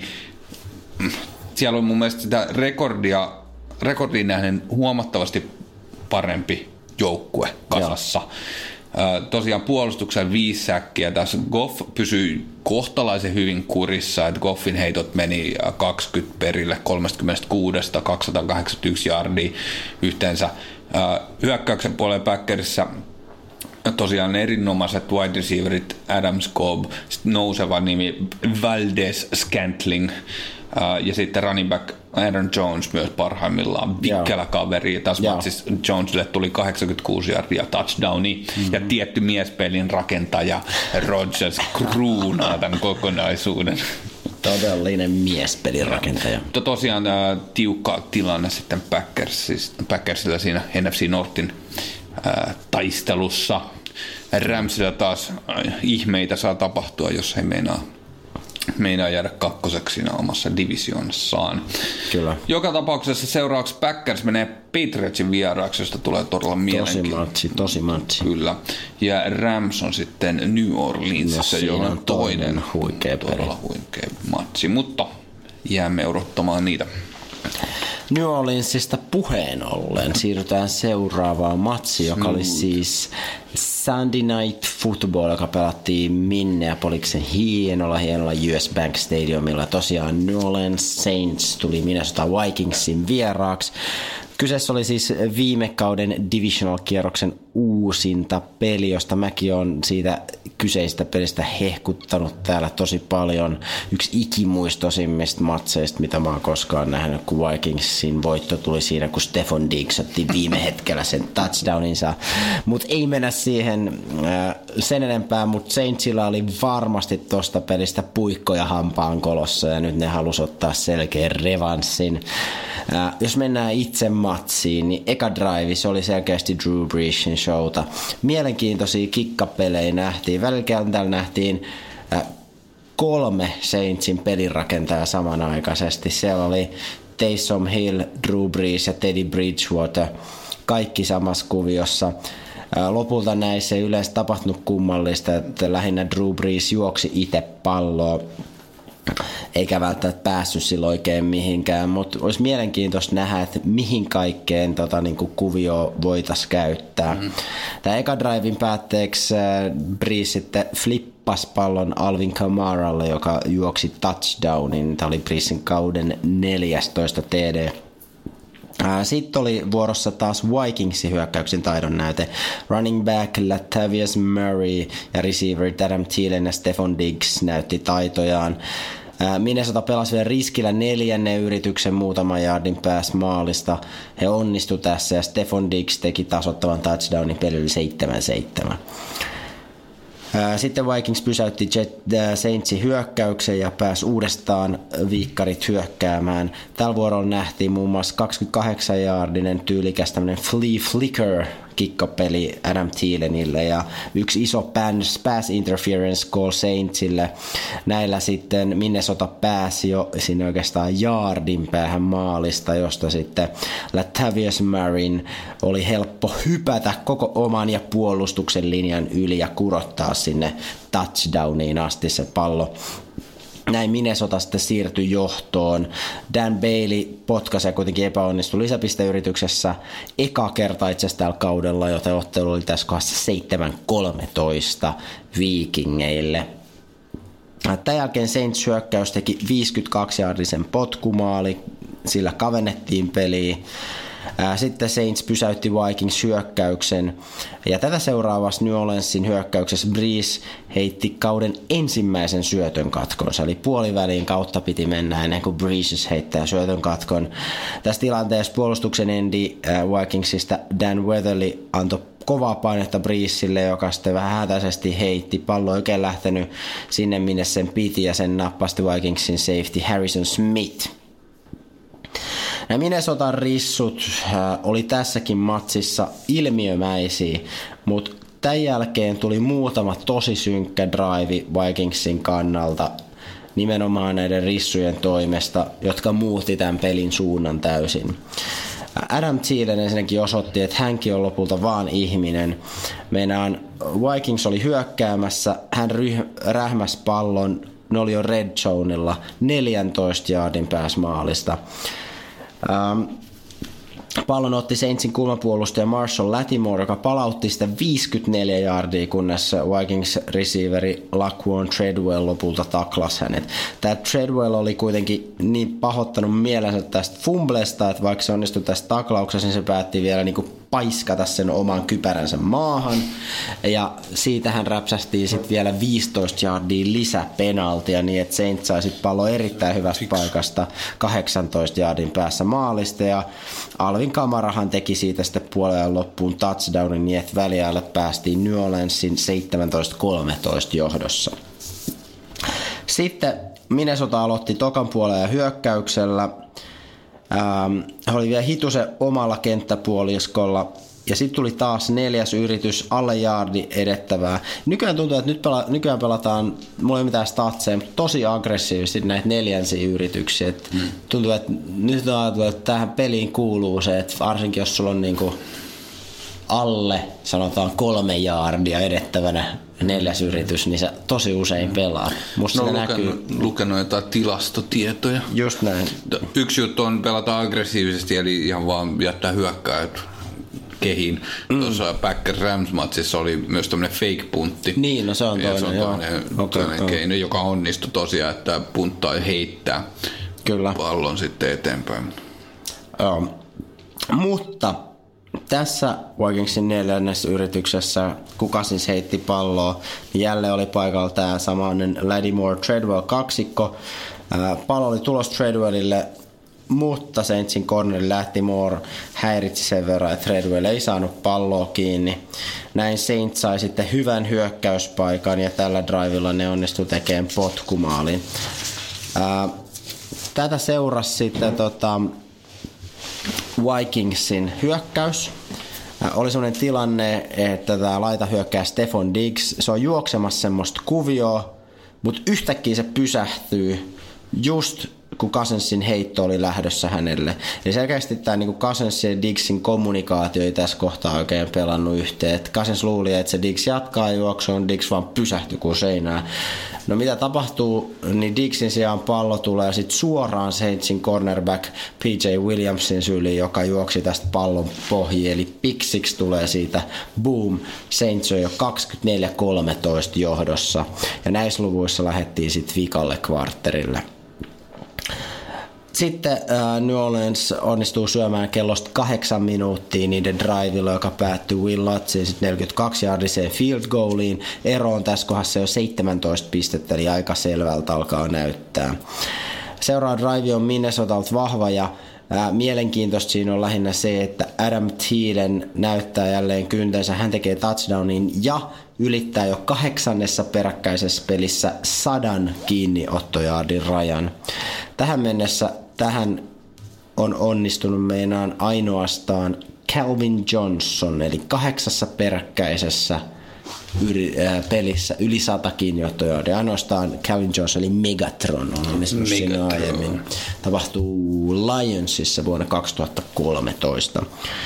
Siellä on mun mielestä sitä rekordiin nähden huomattavasti parempi joukkue kasassa. Tosiaan puolustuksen 5 säkkiä. Tässä Goff pysyi kohtalaisen hyvin kurissa, että Goffin heitot meni 20 perille 36, 281 yardia yhteensä. Hyökkäyksen puolen Packerissa tosiaan erinomaiset wide receiverit Adam Scobb, nouseva nimi Valdez Scantling ja sitten running back Aaron Jones myös parhaimmillaan vikkelä kaveri. Tässä matsissa Jonesille tuli 86 yardia touchdowni ja tietty miespelin rakentaja Rodgers kruunaa tämän kokonaisuuden. Todellinen miespelin rakentaja. Mutta tosiaan tiukka tilanne sitten Packersilla siinä NFC Northin taistelussa. Ramsilla taas ihmeitä saa tapahtua, jos he meinaa meinaa jäädä kakkoseksi siinä omassa divisionassaan. Kyllä. Joka tapauksessa seuraavaksi Packers menee Patriotsin vieraaksi, josta tulee todella mielenkiintoista. Tosi matsi. Kyllä. Ja Rams on sitten New Orleansissa, jolla on toinen todella huikea matsi, mutta jäämme odottamaan niitä. New Orleansista puheen ollen siirrytään seuraavaan matsiin, joka oli siis Sunday Night Football, joka pelattiin Minneapolisen hienolla US Bank Stadiumilla. Tosiaan New Orleans Saints tuli Minnesota Vikingsin vieraaksi. Kyseessä oli siis viime kauden divisional-kierroksen uusinta peli, josta mäkin olen siitä kyseistä pelistä hehkuttanut täällä tosi paljon. Yksi ikimuistoisimmista matseista, mitä mä oon koskaan nähnyt, kun Vikingsin voitto tuli siinä, kun Stephon Diggs otti viime hetkellä sen touchdowninsa. Mutta ei mennä siihen sen enempää, mutta Saintsilla oli varmasti tosta pelistä puikkoja hampaan kolossa ja nyt ne halusi ottaa selkeän revanssin. Jos mennään itse matsiin, niin eka drive, se oli selkeästi Drew Breesin showta. Mielenkiintoisia kikkapelejä nähtiin. Välikentällä nähtiin 3 Saintsin pelirakentajaa samanaikaisesti. Siellä oli Taysom Hill, Drew Brees ja Teddy Bridgewater. Kaikki samassa kuviossa. Lopulta näissä ei yleensä tapahtunut kummallista, että lähinnä Drew Brees juoksi itse palloa. Eikä välttämättä päässyt silloin oikein mihinkään, mutta olisi mielenkiintoista nähdä, että mihin kaikkeen niin kuvioa voitaisiin käyttää. Tämä eka drivein päätteeksi Breeze sitten flippasi pallon Alvin Kamaralle, joka juoksi touchdownin. Tämä oli Breezen kauden 14 TD. Sitten oli vuorossa taas Vikingsin hyökkäyksen taidon näyte. Running back Latavius Murray ja receiver Adam Thielen ja Stephon Diggs näytti taitojaan. Minnesota pelasi vielä riskillä 4. yrityksen muutaman yardin päässä maalista. He onnistu tässä ja Stephon Diggs teki tasoittavan touchdownin pelille 7-7. Sitten Vikings pysäytti Saintsin hyökkäyksen ja pääsi uudestaan viikkarit hyökkäämään. Tällä vuorolla nähtiin muun muassa 28-jaardinen tyylikäs tämmöinen flea flicker kikkapeli Adam Thielenille ja yksi iso pass interference call Saintsille. Näillä sitten Minnesota pääsi jo sinne oikeastaan yardin päähän maalista, josta sitten Latavius Murrayn oli helppo hypätä koko oman ja puolustuksen linjan yli ja kurottaa sinne touchdowniin asti se pallo. Näin Minnesota sitten siirtyi johtoon. Dan Bailey potkasi ja kuitenkin epäonnistui lisäpisteyrityksessä eka kerta itse asiassa tällä kaudella, joten ottelu oli tässä kohdassa 7-13 Vikingeille. Tämän jälkeen Saints hyökkäys teki 52-jaardisen potkumaali, sillä kavennettiin peliä. Sitten Saints pysäytti Vikings hyökkäyksen ja tätä seuraavassa New Orleansin hyökkäyksessä Breeze heitti kauden ensimmäisen syötön katkonsa, eli puoliväliin kautta piti mennä ennen kuin Breeze heittää syötön katkon. Tässä tilanteessa puolustuksen endi Vikingsista Dan Weatherly antoi kovaa painetta Breezelle, joka sitten vähän hätäisesti heitti. Pallo oikein lähtenyt sinne, minne sen piti ja sen nappasti Vikingsin safety Harrison Smith. Nämä Minnesotan rissut oli tässäkin matsissa ilmiömäisiä, mutta tämän jälkeen tuli muutama tosi synkkä drive Vikingsin kannalta nimenomaan näiden rissujen toimesta, jotka muutti tämän pelin suunnan täysin. Adam Thielen ensinnäkin osoitti, että hänkin on lopulta vaan ihminen. Meinaan Vikings oli hyökkäämässä, hän rähmäsi pallon, ne oli jo red zonella 14 jaardin päässä maalista. Pallon otti Saintsin kulmapuolustaja Marshall Latimore, joka palautti sitä 54 yardia, kunnes Vikings receiveri Laquan Treadwell lopulta taklasi hänet. Tämä Treadwell oli kuitenkin niin pahoittanut mielensä tästä fumblesta, että vaikka se onnistui tästä taklauksessa, niin se päätti vielä niin kuin paiskata sen oman kypäränsä maahan. Ja siitä hän räpsästiin sitten vielä 15 yardia lisäpenaltia, niin että Saints sai sitten pallo erittäin hyvästä paikasta 18 yardin päässä maalista. Ja Alvin Kamarahan teki siitä sitten puolen loppuun touchdownin, niin että väliajalle päästiin New Orleansin 17-13 johdossa. Sitten Minnesota aloitti tokan puolella hyökkäyksellä. He oli vielä hitusen omalla kenttäpuoliskolla Ja sitten tuli taas 4. yritys, alle jaardi edettävää. Nykyään tuntuu, että nykyään pelataan, mulla ei mitään statseja, mutta tosi aggressiivisesti näitä 4. yrityksiä. Tuntuu, että nyt on ajateltu, että tähän peliin kuuluu se, että varsinkin jos sulla on niinku alle, sanotaan 3 jaardia edettävänä 4. yritys, niin sä tosi usein pelaat. Musta se näkyy. Lukenut jotain tilastotietoja. Just näin. Yksi juttu on pelata aggressiivisesti, eli ihan vaan jättää hyökkäät kehiin. Tuossa Packers-Rams-matsissa oli myös tämmöinen fake-puntti. Niin, no se on toinen, se on toinen keino, joka onnistui tosiaan, että punttaa ja heittää kyllä pallon sitten eteenpäin. Mutta tässä Vikingsin 4. yrityksessä, kuka siis heitti palloa, niin jälleen oli paikalla tämä samainen Lattimore Treadwell kaksikko. Pallo oli tulos Treadwellille, mutta Saintsin corneri Lattimore häiritsi sen verran, että Treadwell ei saanut palloa kiinni. Näin Saints sai sitten hyvän hyökkäyspaikan ja tällä drivilla ne onnistui tekemään potkumaalin. Tätä seurasi sitten Vikingsin hyökkäys. Oli sellainen tilanne, että tämä laitahyökkääjä Stefon Diggs, se on juoksemassa semmoista kuvioa, mutta yhtäkkiä se pysähtyy just kun Cousinsin heitto oli lähdössä hänelle. Eli selkeästi tämä niin Cousinsin ja Diggsin kommunikaatio ei tässä kohtaa oikein pelannut yhteen. Cousins luuli, että se Diggs jatkaa juoksua, Diggs vaan pysähtyi kuin seinään. No mitä tapahtuu, niin Diggsin sijaan pallo tulee sitten suoraan Saintsin cornerback PJ Williamsin syliin, joka juoksi tästä pallon pohjiin. Eli piksiksi tulee siitä boom. Saints on jo 24-13 johdossa. Ja näissä luvuissa lähdettiin sitten vikalle kvartterille. Sitten New Orleans onnistuu syömään kellosta 8 minuuttia niiden drivilla, joka päättyi Will Lutzin 42-yardiseen field goaliin. Ero on tässä kohdassa jo 17 pistettä, eli aika selvältä alkaa näyttää. Seuraava drive on Minnesotalta vahva ja mielenkiintoista siinä on lähinnä se, että Adam Thielen näyttää jälleen kyntensä. Hän tekee touchdownin ja ylittää jo 8. peräkkäisessä pelissä 100 kiinniottojaardin rajan. Tähän mennessä tähän on onnistunut meinaan ainoastaan Calvin Johnson, eli 8 peräkkäisessä pelissä yli 100 kiinniottojaardia. Ainoastaan Calvin Johnson, eli Megatron, on onnistunut siinä aiemmin. Tapahtuu Lionsissa vuonna 2013.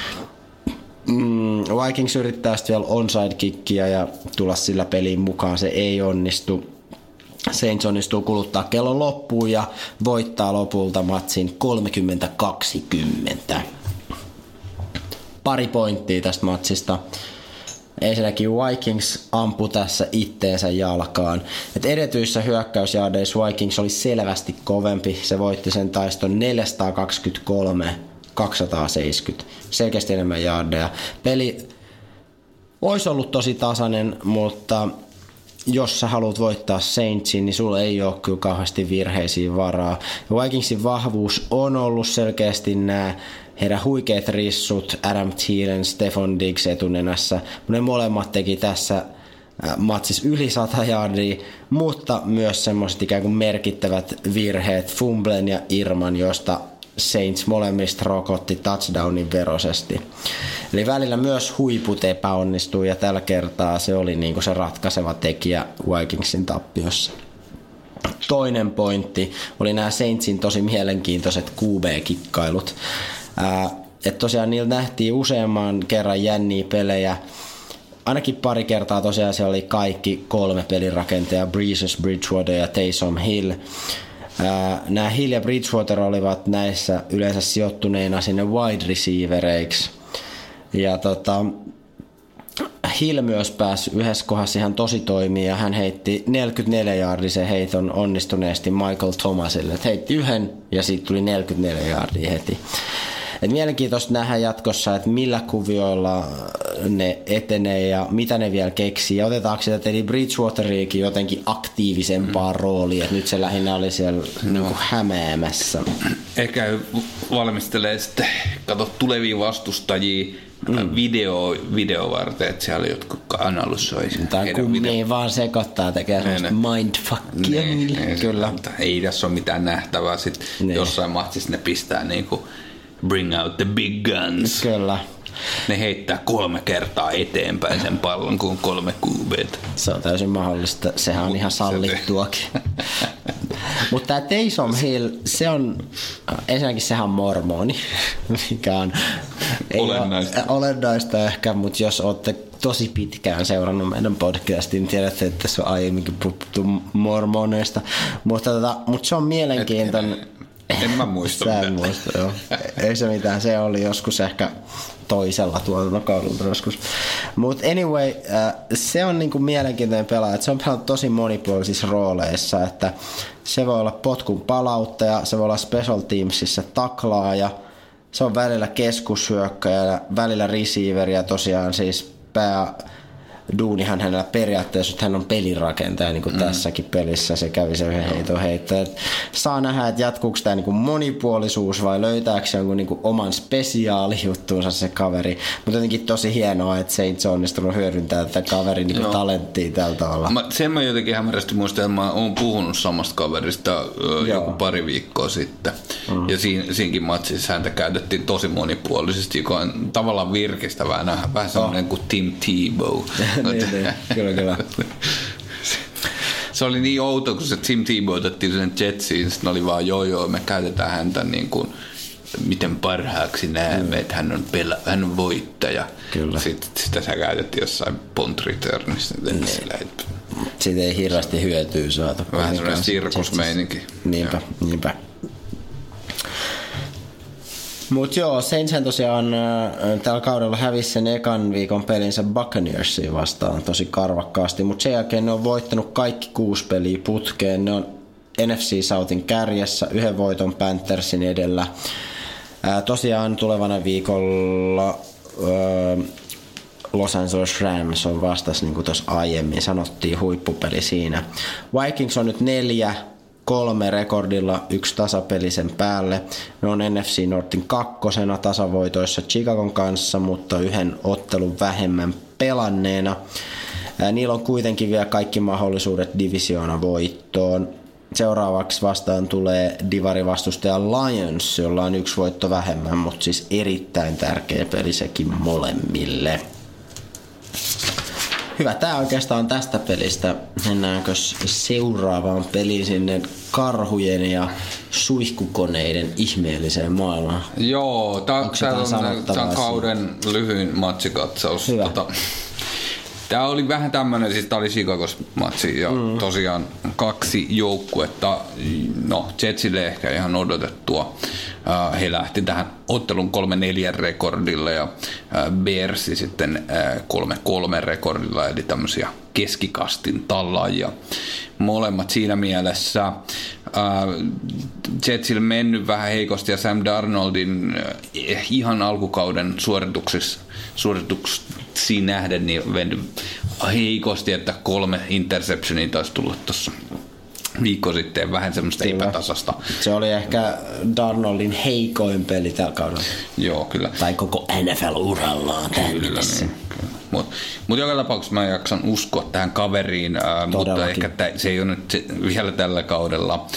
Vikings yrittää sitten vielä onside-kickia ja tulla sillä peliin mukaan. Se ei onnistu. Saints onnistuu kuluttaa kellon loppuun ja voittaa lopulta matsin 30-20. Pari pointtia tästä matsista. Ensinnäkin Vikings ampui tässä itteensä jalkaan. Edetyissä hyökkäysjaadeissa Vikings oli selvästi kovempi. Se voitti sen taiston 423-270. Selkeästi enemmän jaadeja. Peli olisi ollut tosi tasainen, mutta jos sä haluat voittaa Saintsin, niin sulla ei ole kyllä kauheasti virheisiin varaa. Vikingsin vahvuus on ollut selkeästi nämä heidän huikeat rissut, Adam Thielen, Stefon Diggs etunenässä. Ne molemmat teki tässä matsissa yli 100 yardia, mutta myös semmoiset ikään kuin merkittävät virheet, fumblen ja irman, josta Saints molemmista rokotti touchdownin veroisesti. Eli välillä myös huiput epäonnistui ja tällä kertaa se oli niinku se ratkaiseva tekijä Vikingsin tappiossa. Toinen pointti oli nämä Saintsin tosi mielenkiintoiset QB-kikkailut. Että tosiaan niillä nähtiin useamman kerran jänniä pelejä. Ainakin pari kertaa tosiaan se oli kaikki 3 pelirakentajaa, Breeze, Bridgewater ja Taysom Hill. Nämä Hill ja Bridgewater olivat näissä yleensä sijoittuneina sinne wide receivereiksi. Ja Hill myös pääsi yhdessä kohdassa ihan tosi toimia ja hän heitti 44-jaardisen heiton onnistuneesti Michael Thomasille. Et heitti yhden ja siitä tuli 44 jaardia heti. Et mielenkiintoista nähdä jatkossa, että millä kuvioilla ne etenee ja mitä ne vielä keksii. Ja otetaanko sitä Teddy Bridgewateriakin jotenkin aktiivisempaa roolia, että nyt se lähinnä oli siellä niinku hämäämässä. Ehkä valmistelee sitten, kato tulevia vastustajia video varten, että siellä jotkut analysoi. Tai kun ne vaan sekoittaa, tekee sellaista mindfuckia. Kyllä. Ei tässä ole mitään nähtävää. Sitten jossain matsissa ne pistää niinku bring out the big guns. Kyllä. Ne heittää 3 kertaa eteenpäin sen pallon kuin 3 QB:tä. Se on täysin mahdollista. Sehän on ihan sallittuakin. Mutta tämä Taysom Hill, se on, ensinnäkin sehän on mormoni, mikä on olennaista ehkä, mutta jos olette tosi pitkään seurannut meidän podcastin, niin tiedätte, että tässä on aiemminkin puhuttu mormoneista, mutta se on mielenkiintoinen. En mä muista. Sä muista, joo. Ei se mitään, se oli joskus ehkä toisella tuotantokaudella joskus. Mutta anyway, se on niinku mielenkiintoinen pelaaja, että se on pelannut tosi monipuolisissa rooleissa, että se voi olla potkun palauttaja, se voi olla special teamsissa taklaaja, se on välillä keskushyökkäjä, välillä receiver ja tosiaan siis duunihan hänellä periaatteessa, että hän on pelirakentaja niin kuin tässäkin pelissä, se kävi sen heiton heittää. Saa nähdä, että jatkuuko tämä niin monipuolisuus vai löytääkö se jonkun niin oman spesiaalijuttuunsa se kaveri. Mutta jotenkin tosi hienoa, että Saints on onnistunut hyödyntää tätä kaverin niin talenttia tällä tavalla. Sen mä jotenkin hämärästi muistan, että mä oon puhunut samasta kaverista joku pari viikkoa sitten. Ja siinäkin matsissa häntä käytettiin tosi monipuolisesti, joka on tavallaan virkistävää. Vähän sellainen kuin Tim Tebow. niin, kyllä. Se oli niin outo, kun se Tim Tebow otettiin sen Jetsiin, sitten oli vaan joo, me käytetään häntä niin kuin, miten parhaaksi näemme, että hän on voittaja. Kyllä. Sitä sä käytettiin jossain punt returnissa. Siitä ei hirveästi hyötyä saatu. Vähän sellainen sirkusmeininki. Niinpä. Mut joo, Saintshän tosiaan tällä kaudella hävisi sen ekan viikon pelinsä Buccaneersiin vastaan tosi karvakkaasti, mutta sen jälkeen ne on voittanut kaikki 6 peliä putkeen. Ne on NFC Southin kärjessä, 1 voiton Panthersin edellä. Tosiaan tulevana viikolla Los Angeles Rams on vastas, niin kuin tuossa aiemmin sanottiin, huippupeli siinä. Vikings on nyt 4-3 rekordilla, 1 tasapelisen päälle. Ne on NFC Northin 2. tasavoitoissa Chicagon kanssa, mutta 1 ottelun vähemmän pelanneena. Niillä on kuitenkin vielä kaikki mahdollisuudet divisioona voittoon. Seuraavaksi vastaan tulee divarivastustaja Lions, jolla on 1 voitto vähemmän, mutta siis erittäin tärkeä peli sekin molemmille. Hyvä, tää oikeastaan tästä pelistä. Mennäänkö seuraavaan peliin sinne karhujen ja suihkukoneiden ihmeelliseen maailmaan? Joo, tää on kauden lyhyin matsikatsaus. Tää oli vähän tämmönen, siis tää oli Chicagos matsi ja tosiaan 2 joukkuetta, no Jetsille ehkä ihan odotettua. He lähti tähän ottelun 3-4 rekordilla ja Bearsi sitten 3-3 rekordilla, eli tämmöisiä keskikastin tallaajia. Molemmat siinä mielessä Jetsille mennyt vähän heikosti ja Sam Darnoldin ihan alkukauden suorituksiin nähden niin mennyt heikosti, että 3 interceptionia taisi tulla tuossa viikko sitten, vähän semmoista epätasasta. Se oli ehkä Darnoldin heikoin peli tällä kaudella. Joo, kyllä. Tai koko NFL-urallaan tähän mennessä. Mutta joka tapauksessa mä jaksan uskoa tähän kaveriin, mutta ehkä se ei ole nyt vielä tällä kaudella.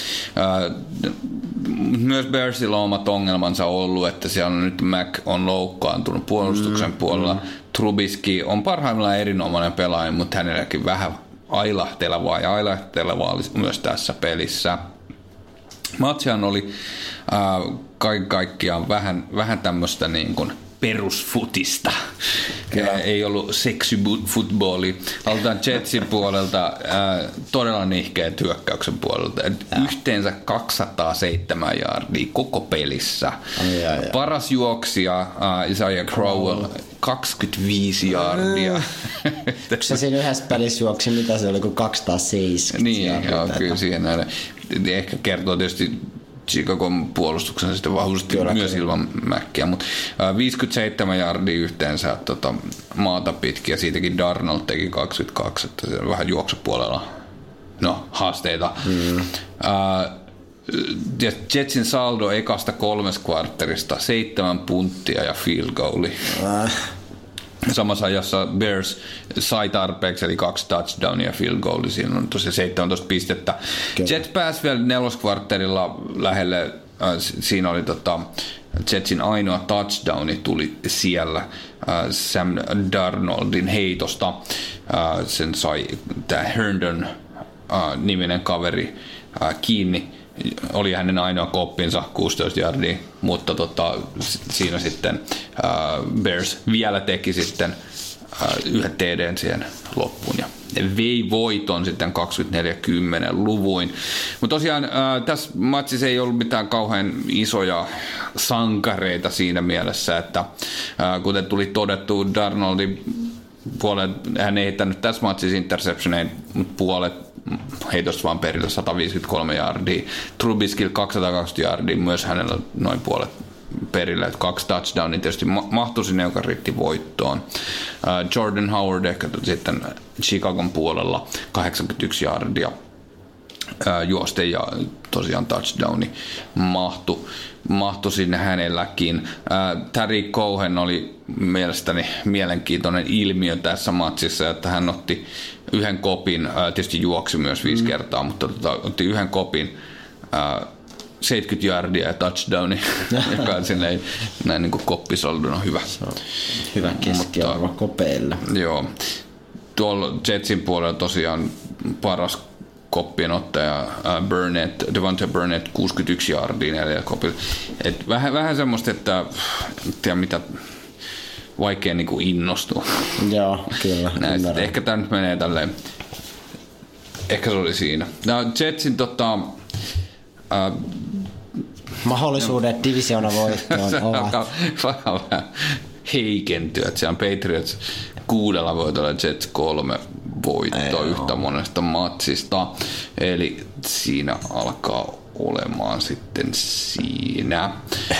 Myös Bearsilla on omat ongelmansa ollut, että siellä on nyt Mac on loukkaantunut puolustuksen puolella. Trubisky on parhaimmillaan erinomainen pelaaja, mutta hänelläkin vähän ailahtelevaa oli myös tässä pelissä. Matsihan oli kaiken kaikkiaan vähän tämmöistä niin kuin perusfutista. Ei ollut seksy-footballi. Aloitetaan Jetsin puolelta todella nihkeä hyökkäyksen puolelta. Yhteensä 207 yardia koko pelissä. Paras juoksija Isaiah Crowell 25 yardia. Se siinä yhdessä pelissä juoksi, mitä se oli, kuin 270 niin, joo, kyllä siihen näin. Ehkä kertoo tietysti Chicagon puolustuksen sitten vahvusti myös ilman Mäkkiä, mutta 57 yardia yhteensä maata pitkin ja siitäkin Darnold teki 22, että se on vähän juoksupuolella haasteita. Jetsin saldo ekasta 3 kvartterista 7 punttia ja field goali. Samassa ajassa Bears sai tarpeeksi, eli 2 touchdownia ja field goalia. Siinä on tosiaan 17 pistettä. Jets pääsi vielä 4. kvartterilla lähelle siinä oli Jetsin ainoa touchdowni tuli siellä Sam Darnoldin heitosta. Sen sai tämä Herndon niminen kaveri kiinni. Oli hänen ainoa koppinsa 16 yardia, mutta siinä sitten Bears vielä teki sitten yhden TDn siihen loppuun ja vei voiton sitten 24-10 luvuin. Mutta tosiaan tässä matsissa ei ollut mitään kauhean isoja sankareita siinä mielessä, että kuten tuli todettu, Darnoldin puolet, hän ei heittänyt tässä matsissa interceptioneita, mutta puolet heitosta vaan perillä 153 yardia. Trubiskyllä 220 yardia, myös hänellä noin puolet perillä, että 2 touchdownia tietysti mahtui sinne, joka riitti voittoon. Jordan Howard ehkä sitten Chicagon puolella 81 yardia juosten ja tosiaan touchdowni mahtui sinne hänelläkin. Terry Cohen oli mielestäni mielenkiintoinen ilmiö tässä matsissa, että hän otti yhden kopin, tietysti juoksi myös 5 kertaa, mutta otti yhden kopin 70 yardia ja touchdowni, joka on silleen, näin niin kuin koppisaldona hyvä. Se on hyvä keskiarvo kopeille. Joo. Tuolla Jetsin puolella tosiaan paras koppienottaja Devontae Burnett 61 yardia 4 kopilla. Et vähän semmoista, että tiedä mitä vaikea niin kuin innostua. Joo, kyllä. Ehkä tämä nyt menee tälleen. Ehkä se oli siinä. Jetsin mahdollisuudet divisiona voittoon ovat vähän heikentyä. Että siellä on Patriots 6 voitolla, Jets 3 voittoa yhtä monesta matsista. Eli siinä alkaa olemaan sitten siinä.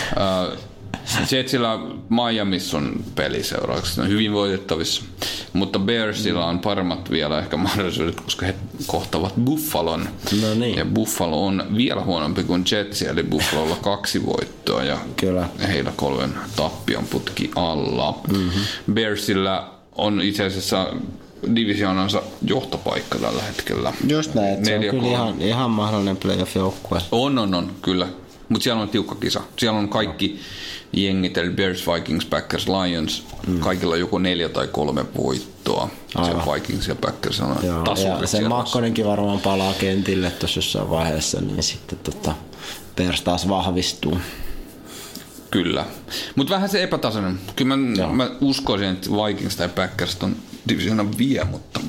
Jetsillä Miamiissa on peli seuraavaksi, ne on hyvin voitettavissa, mutta Bearsilla on paremmat vielä ehkä mahdollisuudet, koska he kohtavat Buffalon. No niin. Ja Buffalo on vielä huonompi kuin Jets, eli Buffalolla 2 voittoa ja kyllä. Heillä 3 tappion putki alla. Mm-hmm. Bearsilla on itse asiassa divisioonansa johtopaikka tällä hetkellä. Just näin, että se on kyllä ihan mahdollinen playoff-joukkue. On, kyllä. Mutta siellä on tiukka kisa. Siellä on kaikki jengit, eli Bears, Vikings, Packers, Lions. Kaikilla joko 4 tai 3 voittoa. Siellä Vikings ja Packers on tasolla. Ja se Makkonenkin varmaan palaa kentille tuossa jossain vaiheessa, niin sitten Bears taas vahvistuu. Kyllä. Mutta vähän se epätasainen. Kyllä mä uskoisin, että Vikings tai Packers on divisioonan vie, mutta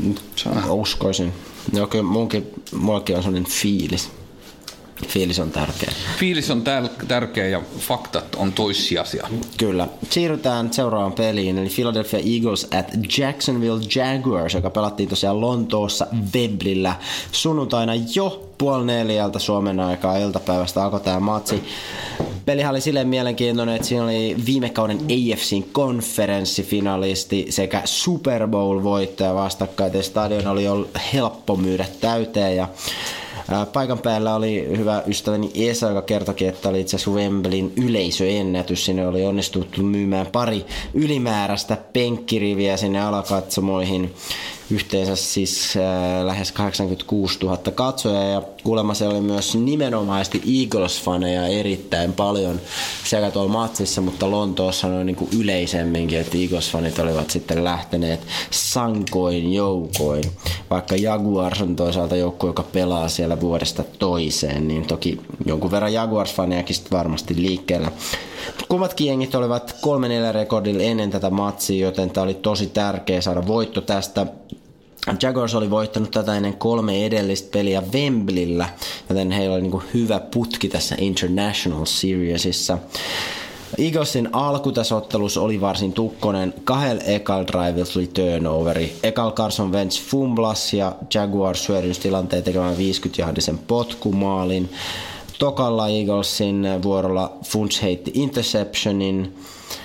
uskoisin. Joo, kyllä mullakin on sellainen fiilis. Fiilis on tärkeä. Fiilis on tärkeä ja faktat on toissijaisia. Kyllä. Siirrytään seuraavaan peliin, eli Philadelphia Eagles at Jacksonville Jaguars, joka pelattiin tosiaan Lontoossa Wembleyllä sunnuntaina jo 3:30 Suomen aikaa iltapäivästä alkoi tämä matsi. Pelihän oli silleen mielenkiintoinen, että siinä oli viime kauden AFC:n konferenssifinalisti sekä Super Bowl-voittaja vastakkain. Ja stadion oli helppo myydä täyteen ja paikan päällä oli hyvä ystäväni Esa, joka kertokin, että oli itse asiassa Wembleyn yleisöennätys. Sinne oli onnistuttu myymään pari ylimääräistä penkkiriviä sinne alakatsomoihin. Yhteensä siis lähes 86 000 katsojaa ja kuulemma se oli myös nimenomaisesti Eagles-faneja erittäin paljon sekä tuolla matsissa, mutta Lontoossa noin niin kuin yleisemminkin, että Eagles-fanit olivat sitten lähteneet sankoin joukoin. Vaikka Jaguars on toisaalta joukkue, joka pelaa siellä vuodesta toiseen, niin toki jonkun verran Jaguars-fanejakin sitten varmasti liikkeellä. Kummatkin jengit olivat 3-4 rekordilla ennen tätä matsia, joten tämä oli tosi tärkeä saada voitto tästä. Jaguars oli voittanut tätä ennen 3 edellistä peliä Wembleyllä, joten heillä oli niinku hyvä putki tässä International Seriesissa. Eaglesin alku tässä ottelussa oli varsin tukkonen. 2 ekal drivella tuli turnoveri. Ekal Carson Wentz fumblas ja Jaguars hyödynsi tilanteen tekemään 50-jahdisen potkumaalin. Tokalla Eaglesin vuorolla Funch heitti interceptionin,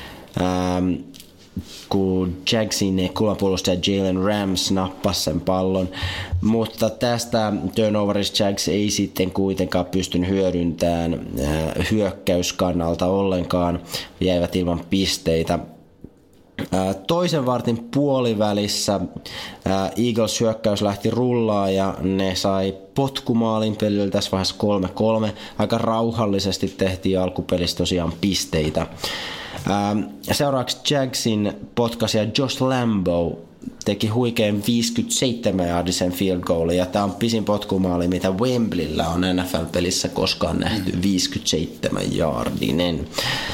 kun Jagsin kulmapuolustaja Jalen Rams nappasi sen pallon. Mutta tästä turnoverista Jags ei sitten kuitenkaan pystynyt hyödyntämään hyökkäyskannalta ollenkaan. Jäivät ilman pisteitä. Toisen vartin puolivälissä Eagles hyökkäys lähti rullaan ja ne sai potkumaalin pelillä tässä vaiheessa 3-3. Aika rauhallisesti tehtiin alkupelissä tosiaan pisteitä. Seuraavaksi Jagsin potkaisija Josh Lambo teki huikean 57-jaardisen field goalin, ja tämä on pisin potkumaali, mitä Wembleyllä on NFL-pelissä koskaan nähty, 57-jaardinen.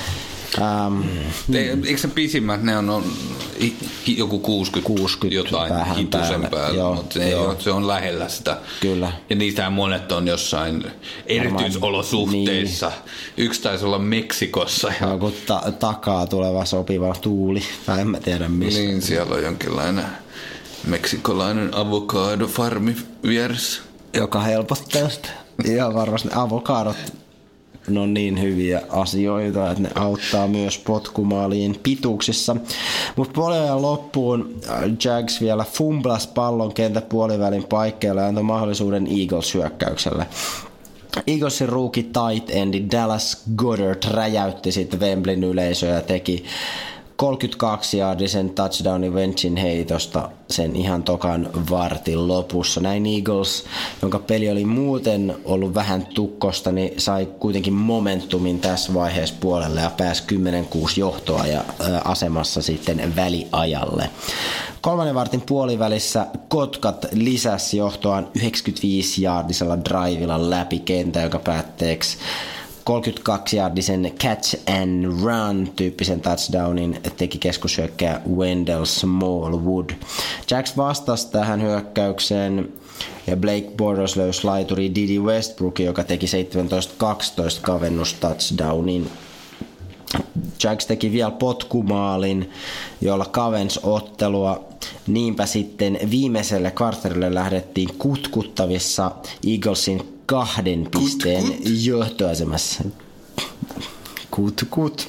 Eikö se pisimmät, ne on joku 60 jotain hitusen päällä, mutta se on lähellä sitä. Kyllä. Ja niistähän monet on jossain erityisolosuhteissa. Niin. Yksi taisi olla Meksikossa. Ja kun takaa tuleva sopiva tuuli, tai en mä tiedä missä. Niin, siellä on jonkinlainen meksikolainen avokadofarmi vieressä. Joka helpottaa sitä. Ihan varmasti avokadot. Ne on niin hyviä asioita, että ne auttaa myös potkumaalien pituuksissa. Mutta puoliajan loppuun Jags vielä fumblas pallon kentän puolivälin paikkeilla ja antoi mahdollisuuden Eagles-hyökkäykselle. Eaglesin rookie tight endi Dallas Goedert räjäytti sitten Wembleyn yleisöä ja teki 32-jaardisen touchdownin Wentzin heitosta sen ihan tokan vartin lopussa. Näin Eagles, jonka peli oli muuten ollut vähän tukkosta, niin sai kuitenkin momentumin tässä vaiheessa puolelle ja pääsi 10-6 johtoa ja asemassa sitten väliajalle. Kolmannen vartin puolivälissä Kotkat lisäsi johtoaan 95-jaardisella drivilla läpi kentän, joka päätteeksi 32-jaardisen catch and run -tyyppisen touchdownin teki keskushyökkääjä Wendell Smallwood. Jags vastasi tähän hyökkäykseen ja Blake Bortles löysi laituri Didi Westbrookin, joka teki 17-12 kavennustouchdownin. Jags teki vielä potkumaalin, jolla kavensi ottelua. Niinpä sitten viimeiselle kvartterille lähdettiin kutkuttavissa Eaglesin 2 pisteen johtoasemassa. Kut.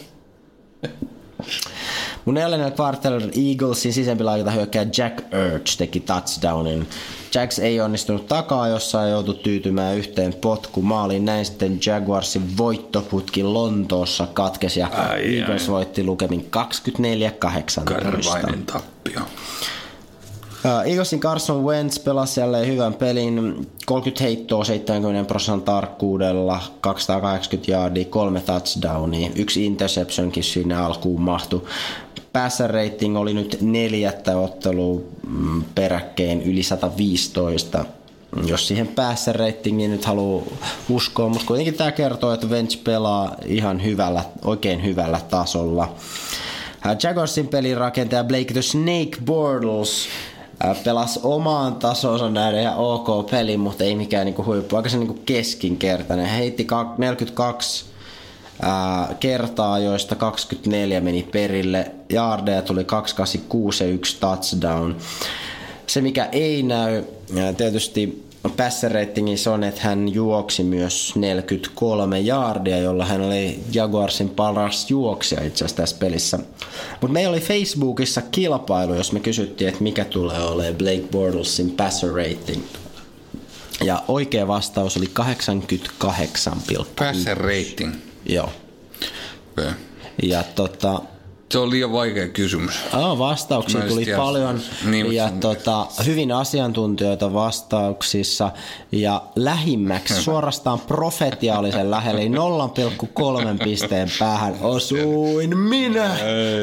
Mun neljännellä kvartterilla Eaglesin sisäänpilaajalta hyökkääjä Jack Ertz teki touchdownin. Jags ei onnistunut takaa, jossa joutui tyytymään yhteen potkumaaliin. Näin sitten Jaguarsin voittoputki Lontoossa katkesi ja Eagles voitti lukemin 24-18. Karvainen tappio. Eaglesin Carson Wentz pelasi jälleen hyvän pelin, 30 heittoa 70% tarkkuudella, 280 yardia, 3 touchdownia, 1 interceptionkin sinne alkuun mahtui. Passer rating oli nyt 4. ottelua peräkkäin yli 115. Jos siihen passer ratingiin nyt haluaa uskoa, mutta kuitenkin tämä kertoo, että Wentz pelaa ihan oikein hyvällä tasolla. Jaguarsin pelirakentaja Blake the Snake Bortles pelasi omaan tasonsa näiden ihan ok peli, mutta ei mikään niinku huippu, aika se niinku keskinkertainen. Hän heitti 42 kertaa, joista 24 meni perille. Jaardeja tuli 286 ja 1 touchdown. Se mikä ei näy, tietysti passer ratingissa on, että hän juoksi myös 43 jaardia, jolla hän oli Jaguarsin paras juoksija itse asiassa tässä pelissä. Mutta meillä oli Facebookissa kilpailu, jos me kysyttiin, että mikä tulee olemaan Blake Bortlesin passer rating. Ja oikea vastaus oli 88,5. Passer rating? Joo. Okay. Ja se on liian vaikea kysymys. Vastauksia tuli paljon ja hyvin asiantuntijoita vastauksissa ja lähimmäksi suorastaan profetiaalisen lähelle 0,3 pisteen päähän osuin minä.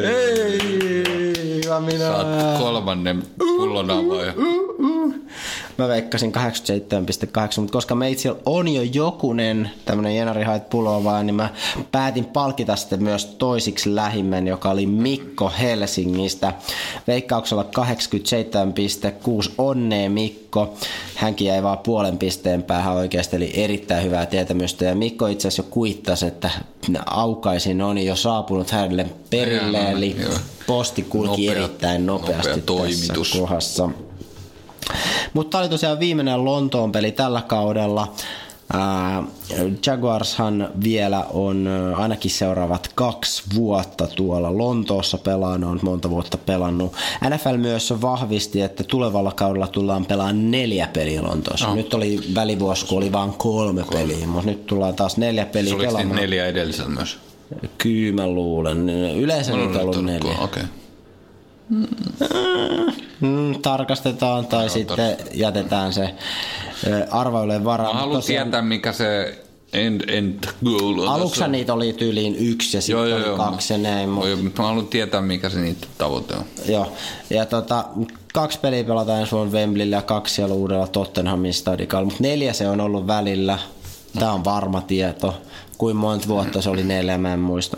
Minä. Saat 3. pullon avaaja. Mä veikkasin 87,8, mutta koska meitsillä on jo jokunen tämmönen Jenari Hait pulova, niin mä päätin palkita sitten myös toisiksi lähimmän, joka oli Mikko Helsingistä. Veikkauksella 87,6. Onnea Mikko. Hänkin jäi vaan 0,5 pisteen päähän oikeasti, eli erittäin hyvää tietämystä. Ja Mikko itse asiassa jo kuittasi, että aukaisin on jo saapunut hänelle perille, eli posti kulki erittäin nopeasti tässä kohdassa. Mutta tämä oli tosiaan viimeinen Lontoon peli tällä kaudella. Jaguarshan vielä on ainakin seuraavat 2 vuotta tuolla Lontoossa pelannut, on monta vuotta pelannut. NFL myös vahvisti, että tulevalla kaudella tullaan pelaamaan 4 peliä Lontoossa. No. Nyt oli välivuosi, kun oli vain 3 peliä, mutta nyt tullaan taas 4 peliä pelaamaan. Oliko 4 edellisellä myös? Kyllä mä luulen. Yleensä nyt on ollut 4. Okay. Tarkastetaan tai sitten jätetään se arvailujen varaan. Mä haluan tietää, mikä se end goal on. Aluksi niitä oli tyyliin 1 ja sitten oli 2 ja näin. Mä haluan tietää, mikä se niitä tavoite on. Joo, ja 2 peliä pelataan ensi vuonna Wembleyllä ja 2 siellä uudella Tottenhamin stadikalla, mutta 4 se on ollut välillä. Tää on varma tieto. Kuin monta vuotta se oli 4, mä en muista.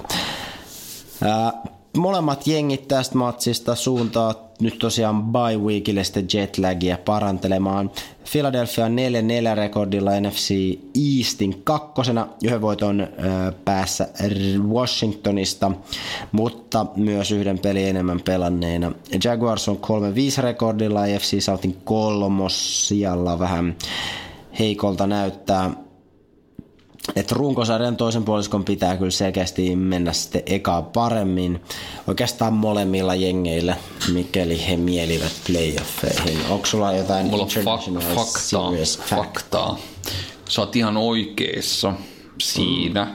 Molemmat jengit tästä matsista suuntaa nyt tosiaan bye weekille sitten jetlagia parantelemaan. Philadelphia 4-4 rekordilla NFC Eastin 2. Yhden voiton päässä Washingtonista, mutta myös yhden pelin enemmän pelanneena. Jaguars on 3-5 rekordilla AFC Southin 3. sijalla vähän heikolta näyttää. Että runkosarjan toisen puoliskon pitää kyllä selkeästi mennä sitten ekaa paremmin. Oikeastaan molemmilla jengeillä, mikäli he mielivät playoffeihin. Onko sulla jotain international serious faktaa? Sä oot ihan oikeassa siinä,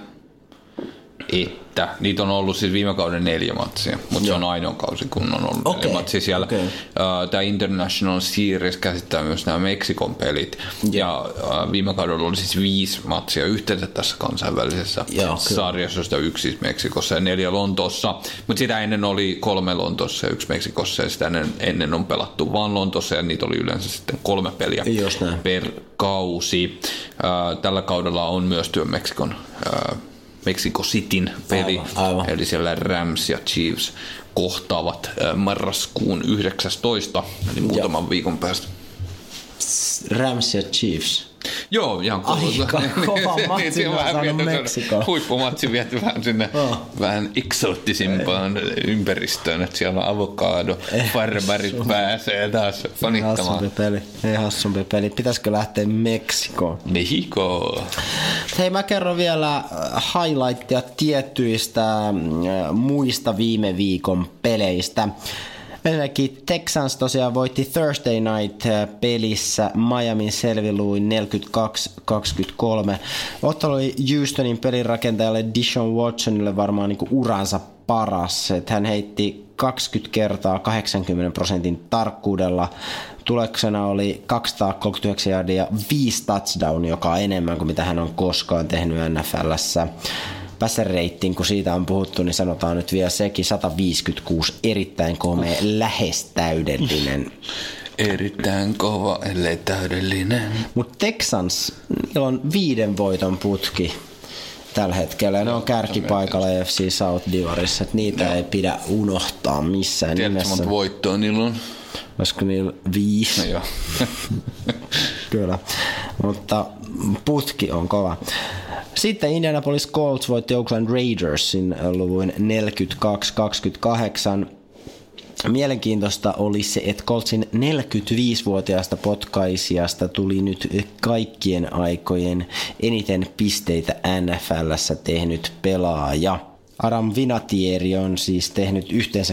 että niitä on ollut siis viime kauden 4 matsia, mutta se on ainoa kausi, kun on ollut 4 matsia siellä. Tämä International Series käsittää myös nämä Meksikon pelit, ja viime kaudella oli siis 5 matsia yhteensä tässä kansainvälisessä sarjassa, josta 1 siis Meksikossa ja 4 Lontoossa, mutta sitä ennen oli 3 Lontoossa ja 1 Meksikossa, ja sitä ennen on pelattu vain Lontoossa, ja niitä oli yleensä sitten 3 peliä per kausi. Tällä kaudella on myös Meksikon Mexico Cityn peli, aivan. Eli siellä Rams ja Chiefs kohtaavat marraskuun 19, eli muutaman viikon päästä. Rams ja Chiefs. Joo, ihan kova matsi, huippumatsi viety vähän sinne vähän eksoottisimpaan ympäristöön, että siellä on avokado, farmarit pääsee taas fanittamaan. Ei hassumpi peli. Pitäisikö lähteä Meksikoon? Mexico. Hei, mä kerron vielä highlightia tiettyistä muista viime viikon peleistä. Ensinnäkin Texans tosiaan voitti Thursday Night-pelissä Miamin selviluin 42-23. Ottelu oli Houstonin pelirakentajalle Deshaun Watsonille varmaan niin kuin uransa paras. Että hän heitti 20 kertaa 80% tarkkuudella. Tuloksena oli 239 yardia ja 5 touchdownia, joka on enemmän kuin mitä hän on koskaan tehnyt NFL:ssä. Passer rating, kun siitä on puhuttu, niin sanotaan nyt vielä sekin 156, erittäin komea, lähes täydellinen. Erittäin kova, ellei täydellinen. Mutta Texans, niillä on 5 voiton putki tällä hetkellä. Ne on kärkipaikalla AFC South-divarissa, että niitä ei pidä unohtaa missään nimessä. Tiedätkö, monta voittoa niillä on? Olisiko niillä 5? No joo. Kyllä, mutta putki on kova. Sitten Indianapolis Colts voitti Oakland Raidersin luvuin 42-28. Mielenkiintoista oli se, että Coltsin 45-vuotiaasta potkaisijasta tuli nyt kaikkien aikojen eniten pisteitä NFL:ssä tehnyt pelaaja. Aram Vinatieri on siis tehnyt yhteensä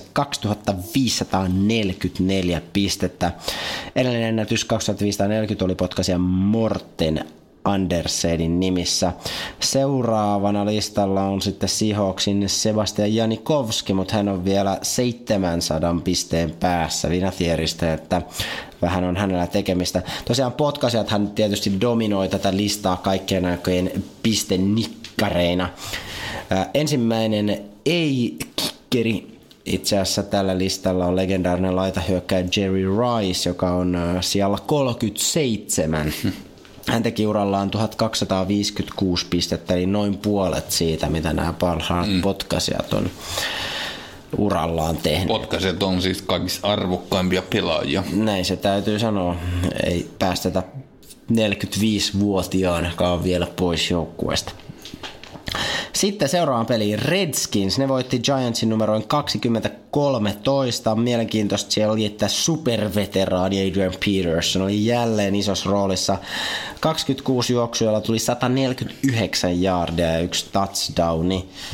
2544 pistettä. Edellinen ennätys 2540 oli potkaisija Morten Andersenin nimissä. Seuraavana listalla on sitten Seahawksin Sebastian Janikowski, mutta hän on vielä 700 pisteen päässä Vinatieristä, että vähän on hänellä tekemistä. Tosiaan potkaisijat hän tietysti dominoi tätä listaa kaikkien aikojen pistenikkareina. Ensimmäinen ei-kikkeri itse asiassa tällä listalla on legendaarinen laitahyökkäjä Jerry Rice, joka on siellä 37. Hän teki urallaan 1256 pistettä, eli noin puolet siitä, mitä nämä parhaat potkaisijat on urallaan tehnyt. Potkaisijat on siis kaikista arvokkaimpia pelaajia. Näin se täytyy sanoa. Ei päästetä 45-vuotiaanakaan vielä pois joukkueesta. Sitten seuraavaan peliin Redskins. Ne voitti Giantsin numeroin 20-13. Mielenkiintoista siellä oli, että superveteraani Adrian Peterson oli jälleen isossa roolissa. 26 juoksujalla tuli 149 yardia ja 1 touchdowni.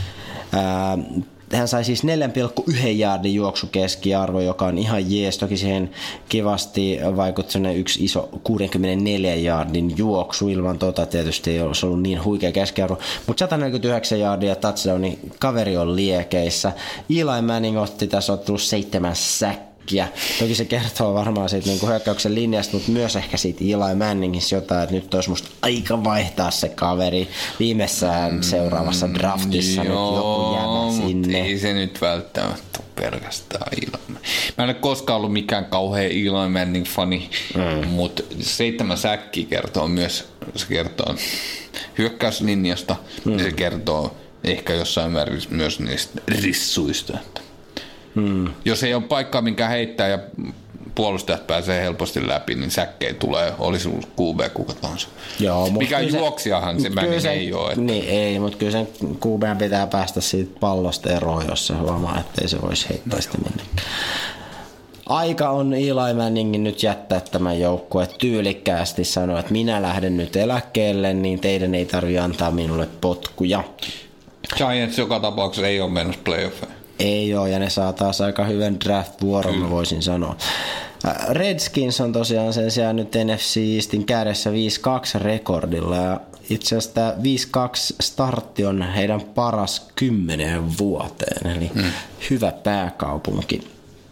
Hän sai siis 4,1 jaardin juoksukeskiarvo, joka on ihan jees. Toki siihen kivasti vaikutti yksi iso 64 jaardin juoksu. Ilman tietysti ei olisi ollut niin huikea keskiarvo. Mutta 149 jaardia touchdowni, kaveri on liekeissä. Eli Manning otti tässä ottelussa 7 säkkiä. Toki se kertoo varmaan siitä niin hyökkäyksen linjasta, mutta myös ehkä siitä Eli Manningissa jotain, että nyt olisi musta aika vaihtaa se kaveri viimeissään seuraavassa draftissa. Nyt joku jäädä sinne. Ei se nyt välttämättä pelkästään Eli. Mä en ole koskaan ollut mikään kauhean Eli Manning-fani, mutta 7 säkkiä kertoo myös, se kertoo hyökkäyslinjasta, ja se kertoo ehkä jossain määrin myös niistä rissuista. Jos ei ole paikkaa, minkä heittää ja puolustajat pääsee helposti läpi, niin säkkejä tulee, olisi QB kuka tahansa. Joo, mikä juoksijahan se Manning ei ole. Että. Niin ei, mutta kyllä sen QB:n pitää päästä siitä pallosta eroon, jos se huomaa, ettei se voisi heittää sitä minnekään. Aika on Eli Manningin nyt jättää tämän joukkueen tyylikkäästi sanoa, että minä lähden nyt eläkkeelle, niin teidän ei tarvitse antaa minulle potkuja. Giants joka tapauksessa ei ole menossa playoffeihin. Ei ole, ja ne saa taas aika hyvän draft-vuoron, mä voisin sanoa. Redskins on tosiaan sen sijaan nyt NFC Eastin kädessä 5-2 rekordilla, ja itse asiassa tämä 5-2 startti on heidän paras 10 vuoteen, eli hyvä pääkaupunki.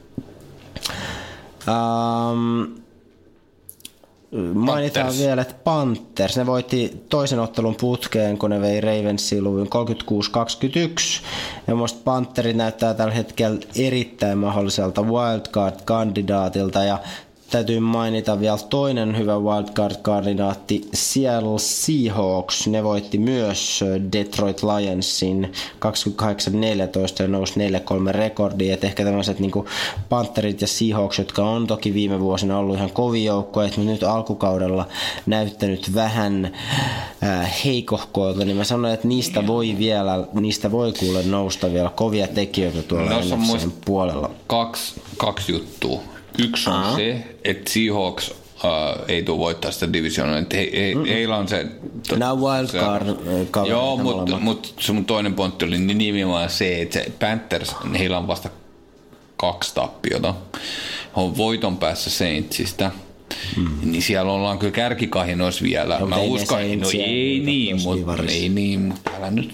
Mainitaan vielä, että Panthers, ne voitti toisen ottelun putkeen, kun ne vei Ravensiin luvun 36-21. Ja musta Pantherit näyttää tällä hetkellä erittäin mahdolliselta wildcard-kandidaatilta. Ja täytyy mainita vielä toinen hyvä wildcard-kandidaatti, Seattle Seahawks. Ne voitti myös Detroit Lionsin 28-14 ja nousi 4-3 rekordiin. Et ehkä tämmöiset niin Pantherit ja Seahawks, jotka on toki viime vuosina ollut ihan kovia joukkoja, mutta nyt alkukaudella näyttänyt vähän heikohkoilta, niin mä sanoin, että niistä voi kuule nousta vielä kovia tekijöitä tuolla NFC:n puolella. Kaksi juttua. Yksi on se, että Seahawks ei tule voittaa sitä divisioonaa. Heillä on se. Nämä wildcard-kaverit. Joo, mutta se mun toinen pointti oli nimenomaan se, että se Panthers, heillä on vasta 2 tappiota. He on voiton päässä Saintsista. Niin siellä ollaan kyllä kärkikahinoissa vielä. Okay, mä uskon, ei niin, mutta älä nyt.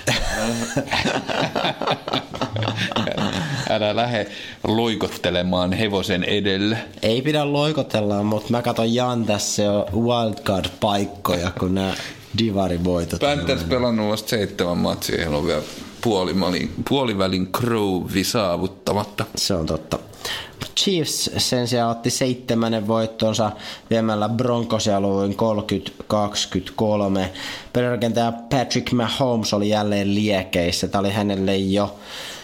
Älä lähde loikottelemaan hevosen edelle. Ei pidä loikotella, mutta mä katon Jan tässä jo wildcard-paikkoja, kun nämä divarivoitot. Panthers pelannut vasta 7 matsia, heillä on vielä puolivälin Crowi saavuttamatta. Se on totta. Chiefs sen sijaan otti 7. voittonsa viemällä Broncosia luvuin 30-23. Pelirakentaja Patrick Mahomes oli jälleen liekeissä. Tämä oli hänelle jo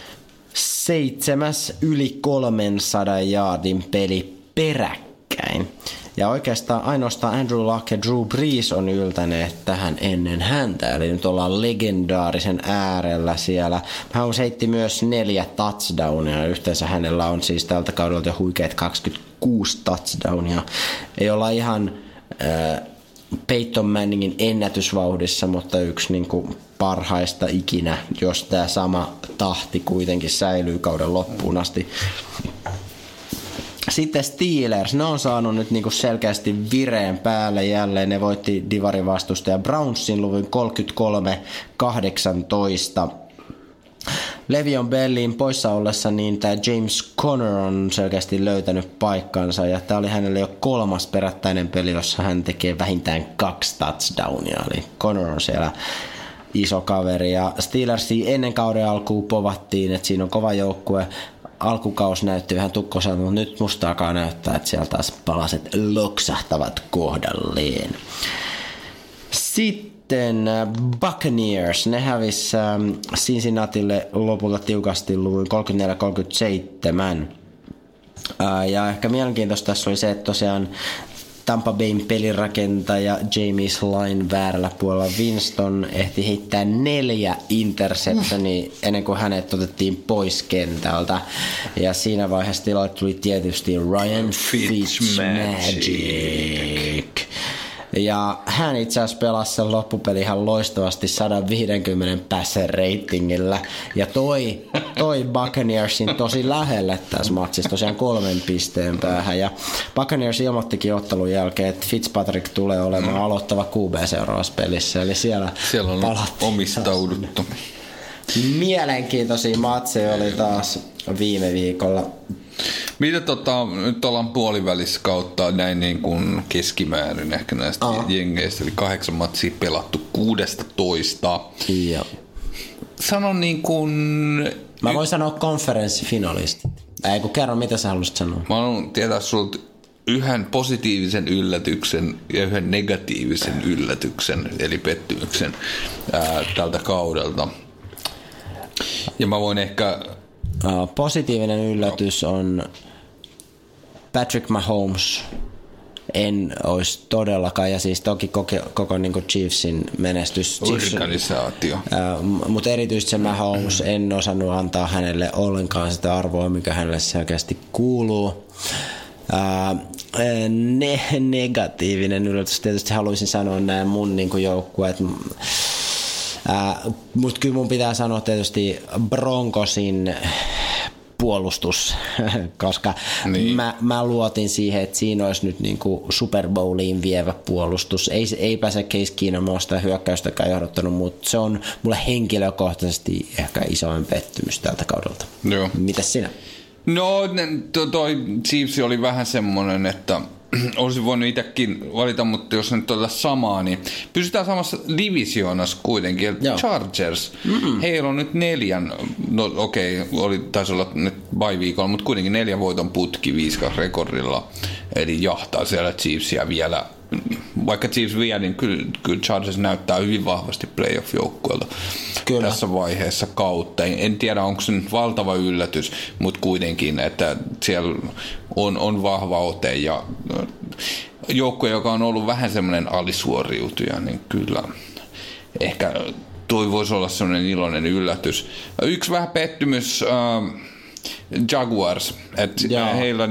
7. yli 300 jaardin peli peräkkäin. Ja oikeastaan ainoastaan Andrew Luck ja Drew Brees on yltäneet tähän ennen häntä. Eli nyt ollaan legendaarisen äärellä siellä. Mahomes heitti myös 4 touchdownia. Yhteensä hänellä on siis tältä kaudelta jo huikeat 26 touchdownia. Ei olla ihan Peyton Manningin ennätysvauhdissa, mutta yksi niin kuin parhaista ikinä, jos tämä sama tahti kuitenkin säilyy kauden loppuun asti. Sitten Steelers, ne on saanut nyt niinku selkeästi vireen päälle jälleen. Ne voitti divarin vastustaja Brownsin luvun 33-18. Le'Veon Bellin poissa ollessa niin tämä James Conner on selkeästi löytänyt paikkansa. Ja tämä oli hänelle jo 3. perättäinen peli, jossa hän tekee vähintään 2 touchdownia. Eli Conner on siellä iso kaveri. Ja Steelersia ennen kauden alkuun povattiin, että siinä on kova joukkue. Alkukaus näytti vähän tukkoselta, mutta nyt musta alkaa näyttää, että siellä taas palaset loksahtavat kohdalleen. Sitten Buccaneers, ne hävisi Cincinnatille lopulta tiukasti luvun 34-37. Ja ehkä mielenkiintoista tässä oli se, että tosiaan Tampa Bayn pelirakentaja James Lynn väärällä puolella Winston ehti heittää 4 interceptionia ennen kuin hänet otettiin pois kentältä. Ja siinä vaiheessa tilalle tuli tietysti Ryan Fitzmagic. Ja hän itse asiassa pelasi sen loppupeli ihan loistavasti 150 passer ratingillä ja toi Buccaneersin tosi lähelle tässä matsissa, tosiaan 3 pisteen päähän. Ja Buccaneers ilmoittikin ottelun jälkeen, että Fitzpatrick tulee olemaan aloittava QB seuraavassa pelissä, eli siellä on omistauduttu. Mielenkiintoisia matseja oli taas viime viikolla. Mitä nyt ollaan puolivälissä kautta näin niin kuin keskimäärin ehkä näistä jengeistä, eli 8 matsia pelattu 16. Joo. Sano niin kuin... Mä voin sanoa konferenssifinalistit. Kun kerro, mitä sä haluaisit sanoa? Mä haluan tietää sulta yhden positiivisen yllätyksen ja yhden negatiivisen yllätyksen, eli pettymyksen tältä kaudelta. Ja mä voin ehkä... Positiivinen yllätys on Patrick Mahomes. En olisi todellakaan, ja siis toki koko niin kuin Chiefsin menestys. Organisaatio. Mutta erityisesti se Mahomes, en osannut antaa hänelle ollenkaan sitä arvoa, mikä hänelle selkeästi kuuluu. Negatiivinen yllätys. Tietysti haluaisin sanoa nämä mun niin kuin joukkueet. Mutta kyllä mun pitää sanoa tietysti Broncosin puolustus, koska niin. mä luotin siihen, että siinä olisi nyt niinku Super Bowliin vievä puolustus. Ei pääse Case Keenum sitä hyökkäystäkään johdottanut, mutta se on mulle henkilökohtaisesti ehkä isoin pettymys tältä kaudelta. Joo. Mitäs sinä? No toi Chiefs oli vähän semmoinen, että olisin voinut itsekin valita, mutta jos nyt otetaan samaa, niin pysytään samassa divisioonassa kuitenkin. Chargers, heillä on nyt 4, no okei, taisi olla nyt bye-viikolla, mutta kuitenkin 4 voiton putki 5-2 rekordilla, eli jahtaa siellä Chiefsia vielä. Vaikka Chiefs vie, niin kyllä Chargers näyttää hyvin vahvasti playoff-joukkueelta tässä vaiheessa kautta. En tiedä, onko se nyt valtava yllätys, mutta kuitenkin, että siellä on vahva ote ja joukkue, joka on ollut vähän semmoinen alisuoriutuja, niin kyllä ehkä toi voisi olla semmoinen iloinen yllätys. Yksi vähän pettymys... Jaguars, että heillä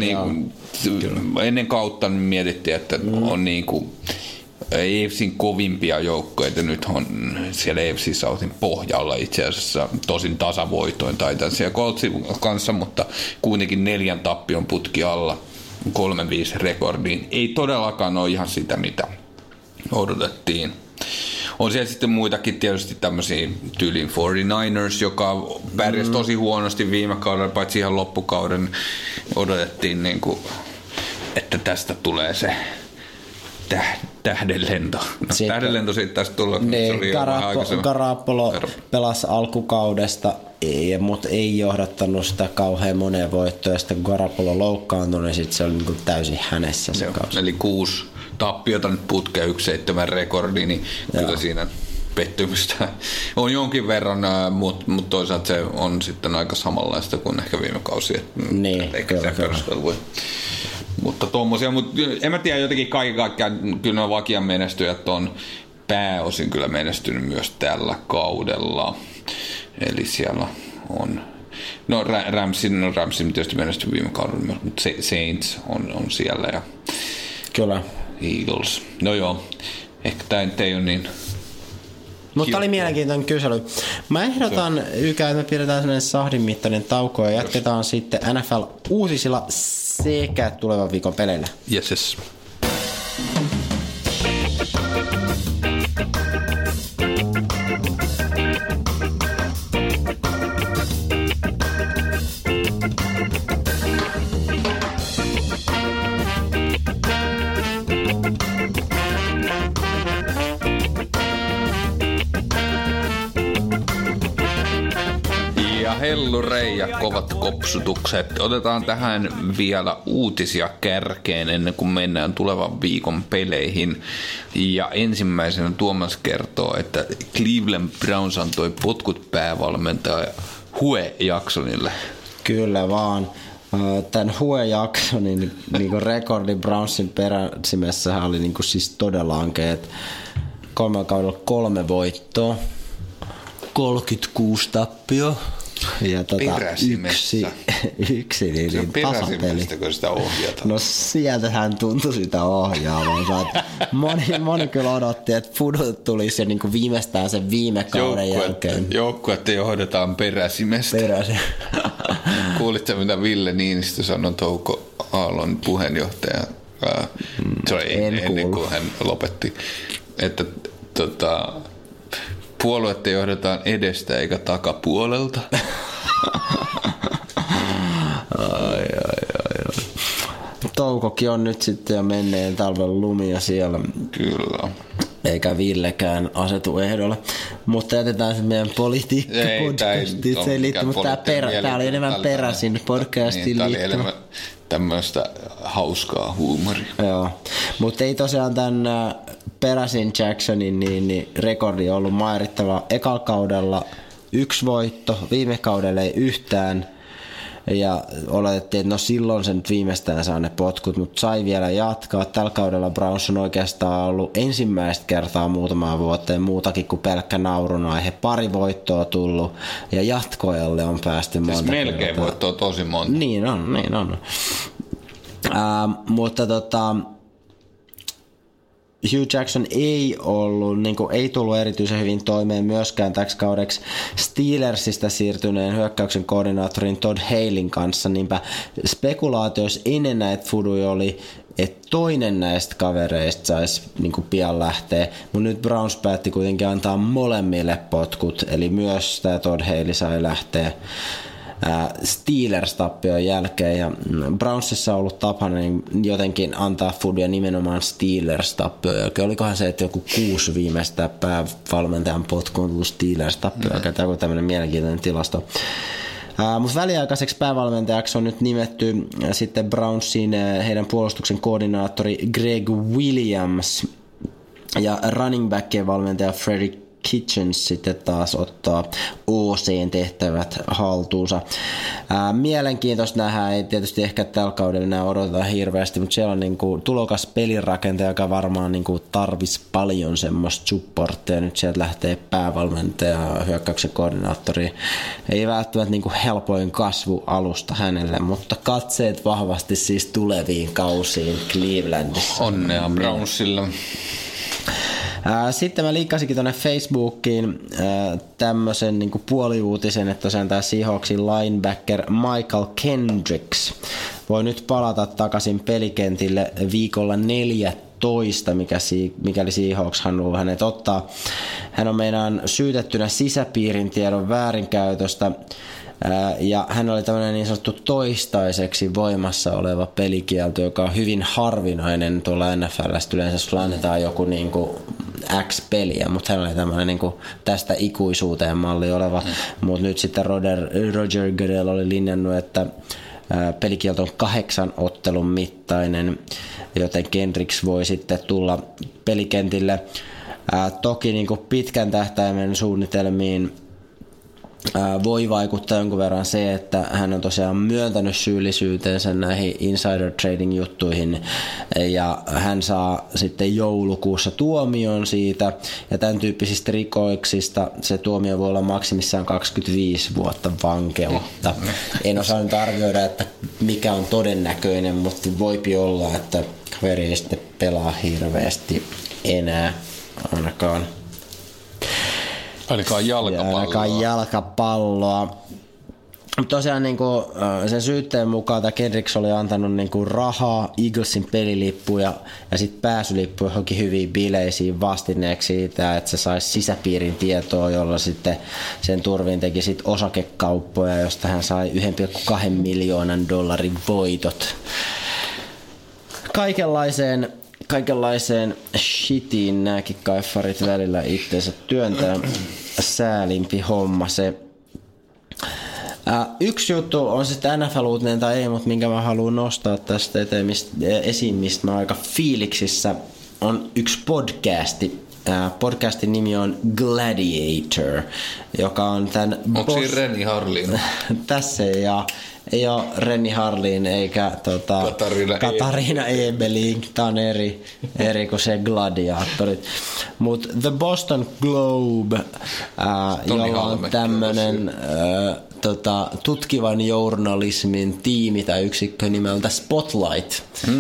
ennen kautta mietittiin, että on niinku AFC:n kovimpia joukkoja, nyt on siellä AFC Southin pohjalla itse asiassa tosin tasavoitoin taitan siellä Coltsin kanssa, mutta kuitenkin 4 tappion putki alla 3-5 rekordiin. Ei todellakaan ole ihan sitä, mitä odotettiin. On siellä sitten muitakin tietysti tämmöisiä tyyliin 49ers, joka pärjäsi tosi huonosti viime kaudella, paitsi ihan loppukauden odotettiin, niin kuin, että tästä tulee se tähdenlento. No, tähdenlento siitä tästä tulla. Garoppolo pelasi alkukaudesta, mutta ei johdattanut sitä kauhean moneen voittoa. Ja sitten kun Garoppolo loukkaantui, niin sitten se oli niin kuin täysin hänessä se kausi. Eli 6 tappiota nyt putkeen 1-7 rekordi, niin kyllä siinä pettymystä on jonkin verran, mutta toisaalta se on sitten aika samanlaista kuin ehkä viime kausi. Niin, kyllä. Mutta tommosia, mutta en mä tiedä, jotenkin kaiken kaikkiaan kyllä ne vakian menestyjät on pääosin kyllä menestynyt myös tällä kaudella. Eli siellä on, no Ramsin tietysti menestyi viime kaudella, mutta Saints on siellä ja kyllä. Eagles. No joo, ehkä tämä ei ole niin... Mutta oli mielenkiintoinen kysely. Mä ehdotan, että me pidetään sellainen sahdin mittainen tauko ja jatketaan sitten NFL-uutisilla sekä tulevan viikon peleillä. Yes. Hellurei ja kovat kopsutukset. Otetaan tähän vielä uutisia kärkeen ennen kuin mennään tulevan viikon peleihin. Ja ensimmäisenä Tuomas kertoo, että Cleveland Browns antoi potkut päävalmentaja Hue Jacksonille. Kyllä vaan. Tämän Hue Jacksonin niinku rekordi Brownsin peräsimessä oli niinku siis todella ankea. 3 kaudella 3 voittoa, 36 tappio. Ja Peräsimessä. yksi niin se on tasapeli. Peräsimestäkö sitä ohjata? No sieltähän tuntui sitä ohjaavansa. Moni kyllä odotti, että Fudut tulisi jo niin kuin viimeistään sen viime kauden jälkeen. Joukkuetta johdetaan Peräsimestä. Kuulitko, mitä Ville Niinistö sanoi Touko Aallon puheenjohtaja? Se oli ennen kuin hän lopetti, että puoluetta johdetaan edestä eikä takapuolelta. Ai. Toukokin on nyt sitten jo menneen talven lumia siellä. Kyllä. Eikä Villekään asetu ehdolle. Mutta jätetään se meidän politiikka-podcastiin. Se ei liitty, mutta tämä oli enemmän peräsin podcastiin niin, liittyvä. Tämä oli enemmän tämmöistä hauskaa huumoria. Joo, mutta ei tosiaan tämän peräsin Jacksonin niin rekordi on ollut mairittava. Ekalla kaudella 1 voitto, viime kaudella ei yhtään. Ja oletettiin, että no silloin se nyt viimeistään saa ne potkut, mutta sai vielä jatkaa. Tällä kaudella Browns on oikeastaan ollut ensimmäistä kertaa muutamaan vuoteen muutakin kuin pelkkä naurun aihe. 2 voittoa tullut ja jatkoajalle on päästy monta siis melkein voittoa tosi monta. Niin on. Mutta Hugh Jackson ei ollut, niin kuin, ei tullut erityisen hyvin toimeen myöskään täksi kaudeksi Steelersistä siirtyneen hyökkäyksen koordinaattorin Todd Haleyn kanssa. Niinpä spekulaatioissa ennen näitä Fuduja oli, että toinen näistä kavereista saisi niin kuin pian lähteä, mutta nyt Browns päätti kuitenkin antaa molemmille potkut, eli myös tämä Todd Haley sai lähteä Steelers-tappion jälkeen, ja Brownsissa on ollut tapana niin jotenkin antaa Fudia nimenomaan Steelers-tappioon jälkeen. Olikohan se, että joku 6 viimeistä päävalmentajan potkuun tullut Steelers-tappioon jälkeen. Tämä on tämmöinen mielenkiintoinen tilasto. Mutta väliaikaiseksi päävalmentajaksi on nyt nimetty sitten Brownsin heidän puolustuksen koordinaattori Greg Williams ja running backien valmentaja Freddie Kitchens sitten taas ottaa OC:n tehtävät haltuunsa. Mielenkiintoista nähdä, ei tietysti ehkä tällä kaudella enää odoteta hirveästi, mutta siellä on niinku tulokas pelirakentaja, joka varmaan niinku tarvisi paljon semmoista supporttia. Nyt sieltä lähtee päävalmentaja, hyökkäyksen koordinaattori. Ei välttämättä niinku helpoin kasvualusta hänelle, mutta katseet vahvasti siis tuleviin kausiin Clevelandissa. Onnea Brownsilla. Sitten mä liikkasinkin tuonne Facebookiin tämmöisen niin puoliuutisen, että tosiaan tämä Seahawksin linebacker Michael Kendricks voi nyt palata takaisin pelikentille viikolla 14, mikäli Seahawks haluaa hänet ottaa. Hän on meidän syytettynä sisäpiirin tiedon väärinkäytöstä. Ja hän oli tämmöinen niin sanottu toistaiseksi voimassa oleva pelikielto, joka on hyvin harvinainen tuolla NFL:stä. Yleensä sulla annetaan joku niin kuin X peliä, mutta hän oli tämmöinen niin kuin tästä ikuisuuteen malli oleva. Mutta nyt sitten Roger Goodell oli linjannut, että pelikielto on 8 ottelun mittainen, joten Kendricks voi sitten tulla pelikentille. Toki niin kuin pitkän tähtäimen suunnitelmiin voi vaikuttaa jonkun verran se, että hän on tosiaan myöntänyt syyllisyytensä näihin insider trading juttuihin ja hän saa sitten joulukuussa tuomion siitä ja tämän tyyppisistä rikoksista se tuomio voi olla maksimissaan 25 vuotta vankeutta. En osaa nyt arvioida, että mikä on todennäköinen, mutta voipi olla, että kaveri ei sitten pelaa hirveästi enää ainakaan. Ainakaan jalkapalloa. Tosiaan niin kuin, sen syytteen mukaan tämä Kendricks oli antanut niin kuin rahaa Eaglesin pelilippuja ja sitten pääsylippuja johonkin hyviin bileisiin vastineeksi siitä, että se saisi sisäpiirin tietoa, jolla sitten sen turvin teki sit osakekauppoja, josta hän sai $1.2 miljoonan voitot. Kaikenlaiseen shitiin nääkin kaifarit välillä itseensä työntää. Säälimpi homma se. Yksi juttu on sitten NFL-uutinen tai ei, mutta minkä mä haluan nostaa tästä esiin, mistä mä aika fiiliksissä, on yksi podcasti. Podcastin nimi on Gladiator, joka on tämän... Onko siinä Renny Harlin? Tässä ei ole Renny Harlin eikä Katarina Ebeling. Tämä on eri kuin se Gladiatorit. Mutta The Boston Globe, jolla on tutkivan journalismin tiimi tai yksikkö nimeltä Spotlight,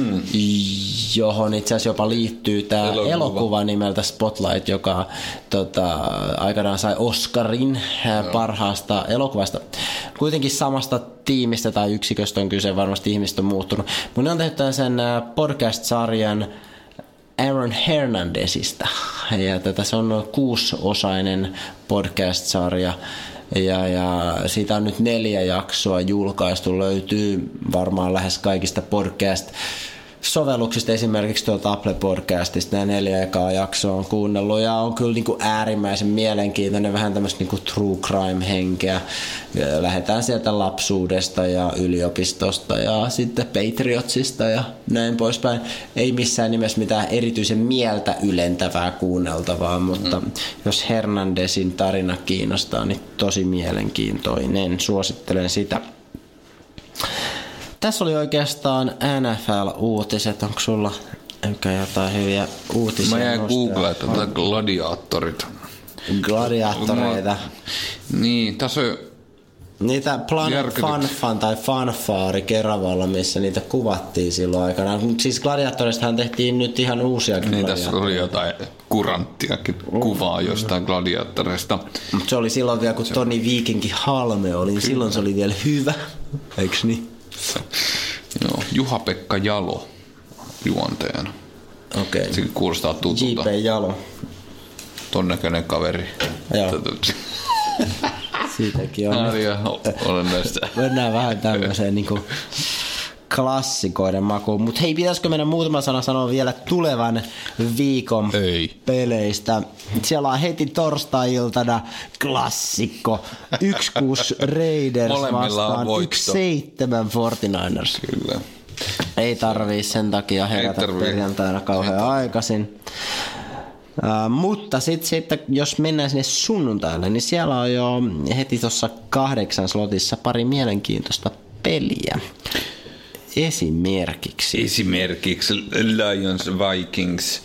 johon itse asiassa jopa liittyy tämä elokuva nimeltä Spotlight, joka aikanaan sai Oscarin parhaasta elokuvasta. Kuitenkin samasta tiimistä tai yksiköstä on kyse, varmasti ihmiset on muuttunut. Mun on tehty sen podcast-sarjan Aaron Hernandezista. Ja se on 6-osainen podcast-sarja. Ja siitä on nyt 4 jaksoa julkaistu. Löytyy varmaan lähes kaikista podcast-sovelluksista, esimerkiksi tuolta Apple Podcastista. Nämä 4 ekaa jaksoa on kuunnellut ja on kyllä niin kuin äärimmäisen mielenkiintoinen, vähän tämmöistä niin kuin true crime-henkeä. Lähdetään sieltä lapsuudesta ja yliopistosta ja sitten Patriotsista ja näin poispäin. Ei missään nimessä mitään erityisen mieltä ylentävää kuunneltavaa, mutta jos Hernandezin tarina kiinnostaa, niin tosi mielenkiintoinen. Suosittelen sitä. Tässä oli oikeastaan NFL-uutiset. Onko sulla jotain hyviä uutisia? Mä jäin googlemaan gladiaattorit. Gladiaattoreita. Niin, tässä on niitä Planet Fanfan tai Fanfaari Keravalla, missä niitä kuvattiin silloin aikana. Siis gladiaattoristahan tehtiin nyt ihan uusia niin, tässä oli jotain kuranttiakin kuvaa jostain gladiaattoreista. Mutta se oli silloin vielä, kun Toni Viikinkin Halme oli, niin silloin se oli vielä hyvä. Eiks niin? Joo, Juha-Pekka Jalo juontajana. Okei. Se kuulostaa tutulta. J.P. Jalo. Ton näköinen kaveri. Joo. Siitäkin on. Olen näistä. Mennään vähän tämmöiseen niinku klassikoiden makuun. Mutta hei, pitäisikö mennä muutama sana sanoa vielä tulevan viikon peleistä? Siellä on heti torstai-iltana klassikko. 1-6 Raiders vastaan 1-7 49ers. Kyllä. Ei tarvii sen takia herätä perjantaina kauhean aikaisin. Mutta sitten jos mennään sinne sunnuntaille, niin siellä on jo heti tuossa 8 slotissa pari mielenkiintoista peliä. Esimerkiksi Lions, Vikings,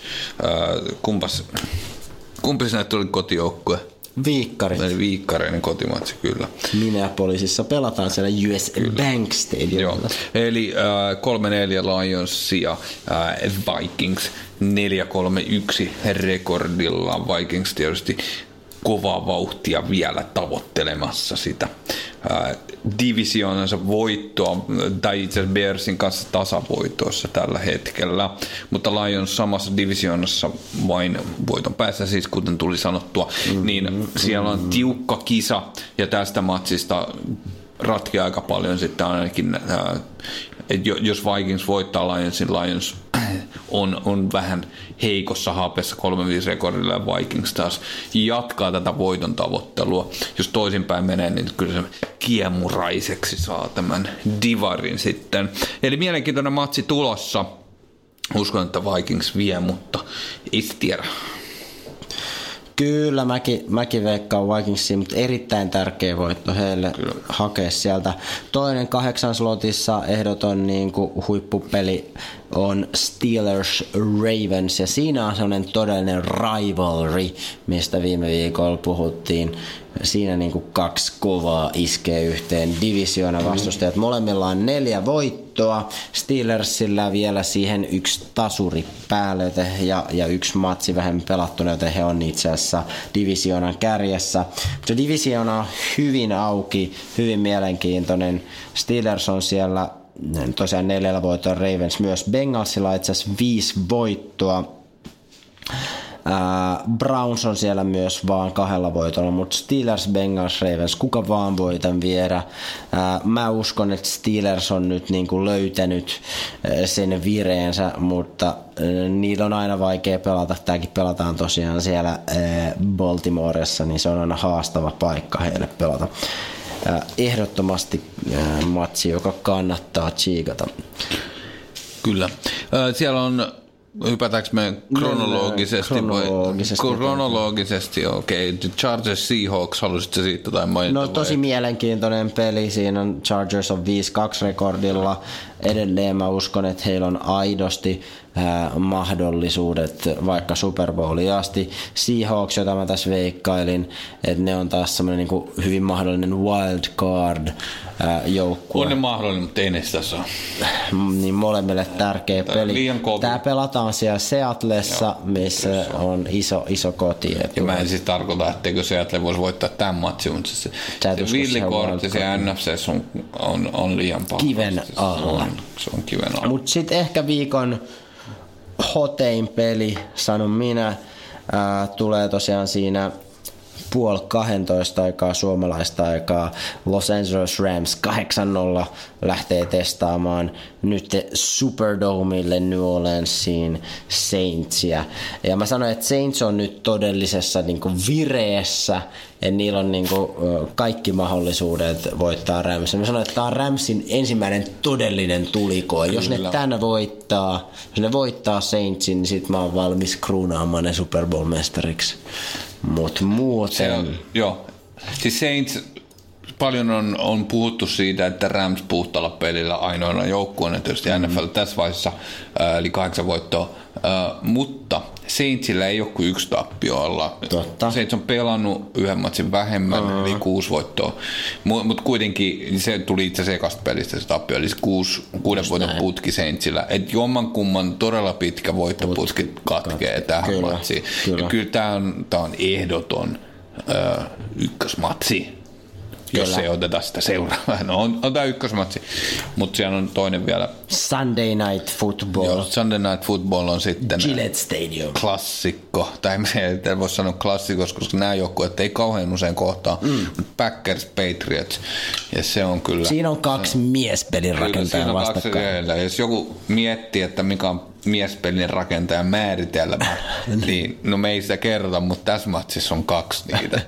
kumpi näitä oli kotijoukkue? Viikkarit. Viikkareinen kotimatsi, kyllä. Minneapolisissa pelataan siellä US Bank Stadiumilla. Eli 3-4 Lions ja Vikings 4-3-1 rekordilla. Vikings tietysti kovaa vauhtia vielä tavoittelemassa sitä divisioonansa voittoa, tai itse asiassa Bearsin kanssa tasavoitoissa tällä hetkellä, mutta Lions samassa divisioonassa vain voiton päässä, siis kuten tuli sanottua, niin siellä on tiukka kisa, ja tästä matsista ratkeaa aika paljon sitten ainakin, että jos Vikings voittaa Lionsin, Lions on vähän heikossa hapessa 3-5 rekordilla ja Vikings taas jatkaa tätä voiton tavoittelua. Jos toisinpäin menee, niin kyllä se kiemuraiseksi saa tämän divarin sitten. Eli mielenkiintoinen matsi tulossa. Uskon, että Vikings vie, mutta ei tiedä. Kyllä, mäkin veikkaan Vikingsia, mutta erittäin tärkeä voitto heille hakea sieltä. Toinen 8 slotissa ehdoton niin kuin huippupeli on Steelers Ravens, ja siinä on sellainen todellinen rivalry, mistä viime viikolla puhuttiin. Siinä niin kuin 2 kovaa iskee yhteen divisioonan vastustajat. Molemmilla on 4 voittoa. Steelersillä vielä siihen 1 tasuri päälle ja 1 matsi vähemmän pelattuna, joten he on itse asiassa divisioonan kärjessä. Mutta divisioona on hyvin auki, hyvin mielenkiintoinen. Steelers on siellä tosiaan 4 voittoa, Ravens myös. Bengalsilla itse asiassa 5 voittoa. Browns on siellä myös vaan 2 voitolla, mutta Steelers, Bengals, Ravens, kuka vaan voi tämän viedä. Mä uskon, että Steelers on nyt niin kuin löytänyt sen vireensä, mutta niillä on aina vaikea pelata. Tämäkin pelataan tosiaan siellä Baltimoressa, niin se on aina haastava paikka heille pelata. Ehdottomasti matsi, joka kannattaa tsiikata. Kyllä. Siellä on, hypätäänkö me kronologisesti okei. Chargers Seahawks, halusitko siitä tai mainita? No tosi mielenkiintoinen peli. Siinä on Chargers on 5-2 rekordilla. Edelleen mä uskon, että heillä on aidosti mahdollisuudet vaikka Super Bowliin asti. Seahawks, jota mä tässä veikkailin, että ne on taas semmoinen niin kuin hyvin mahdollinen wild card joukkue. On ne mahdollinen, mutta ei ne sitä saa. Niin molemmille tärkeä peli. Tää pelataan siellä Seattlessa, missä on iso koti. Ja mä en siis tarkoita, etteikö Seattle voisi voittaa tämän matsin, mutta se villikortti siellä NFC:ssä on liian paljon. Kiven alla. Se on kiven alla. Mut sit ehkä viikon hotein peli, sanon minä, tulee tosiaan siinä 11:30 aikaa suomalaista aikaa. Los Angeles Rams 8-0 lähtee testaamaan nyt Superdomille New Orleansiin Saintsia. Ja mä sanoin, että Saints on nyt todellisessa niin kuin vireessä, ja niillä on niin kuin kaikki mahdollisuudet voittaa Rams. Mä sanoin, että tämä on Ramsin ensimmäinen todellinen tulikoe. Jos ne tänä voittaa, jos ne voittaa Saintsin, niin sit mä oon valmis kruunaamaan ne Super Bowl-mestariksi. Mut muuten... Joo. Siis Saints, paljon on puhuttu siitä, että Rams puhtaalla pelillä ainoana joukkueena tietysti NFL tässä vaiheessa, eli 8 voittoa, mutta Saintsillä ei ole kuin 1 tappio alla. Totta. Saints on pelannut 1 matsin vähemmän, eli 6 voittoa, mutta kuitenkin se tuli itse asiassa ekasta pelistä se tappio, eli 6 voiton putki Saintsillä. Et jommankumman todella pitkä voittoputki katkee tähän matsiin. Kyllä tämä on ehdoton ykkösmatsi. Jos ei oteta sitä seuraavaa. No on tämä ykkösmatsi, mutta siellä on toinen vielä. Sunday Night Football. Joo, Sunday Night Football on sitten Gillette Stadium. Klassikko. Tai ei voi sanoa klassikos, koska nämä joukkueet ei kauhean usein kohtaa. Packers, Patriots. Ja se on kyllä... Siinä on 2 miespelin rakentajaa vastakkain. Jos joku miettii, että mikä on miespelin rakentajan määritelmä, niin no me ei sitä kerrota, mutta tässä matsissa on 2 niitä.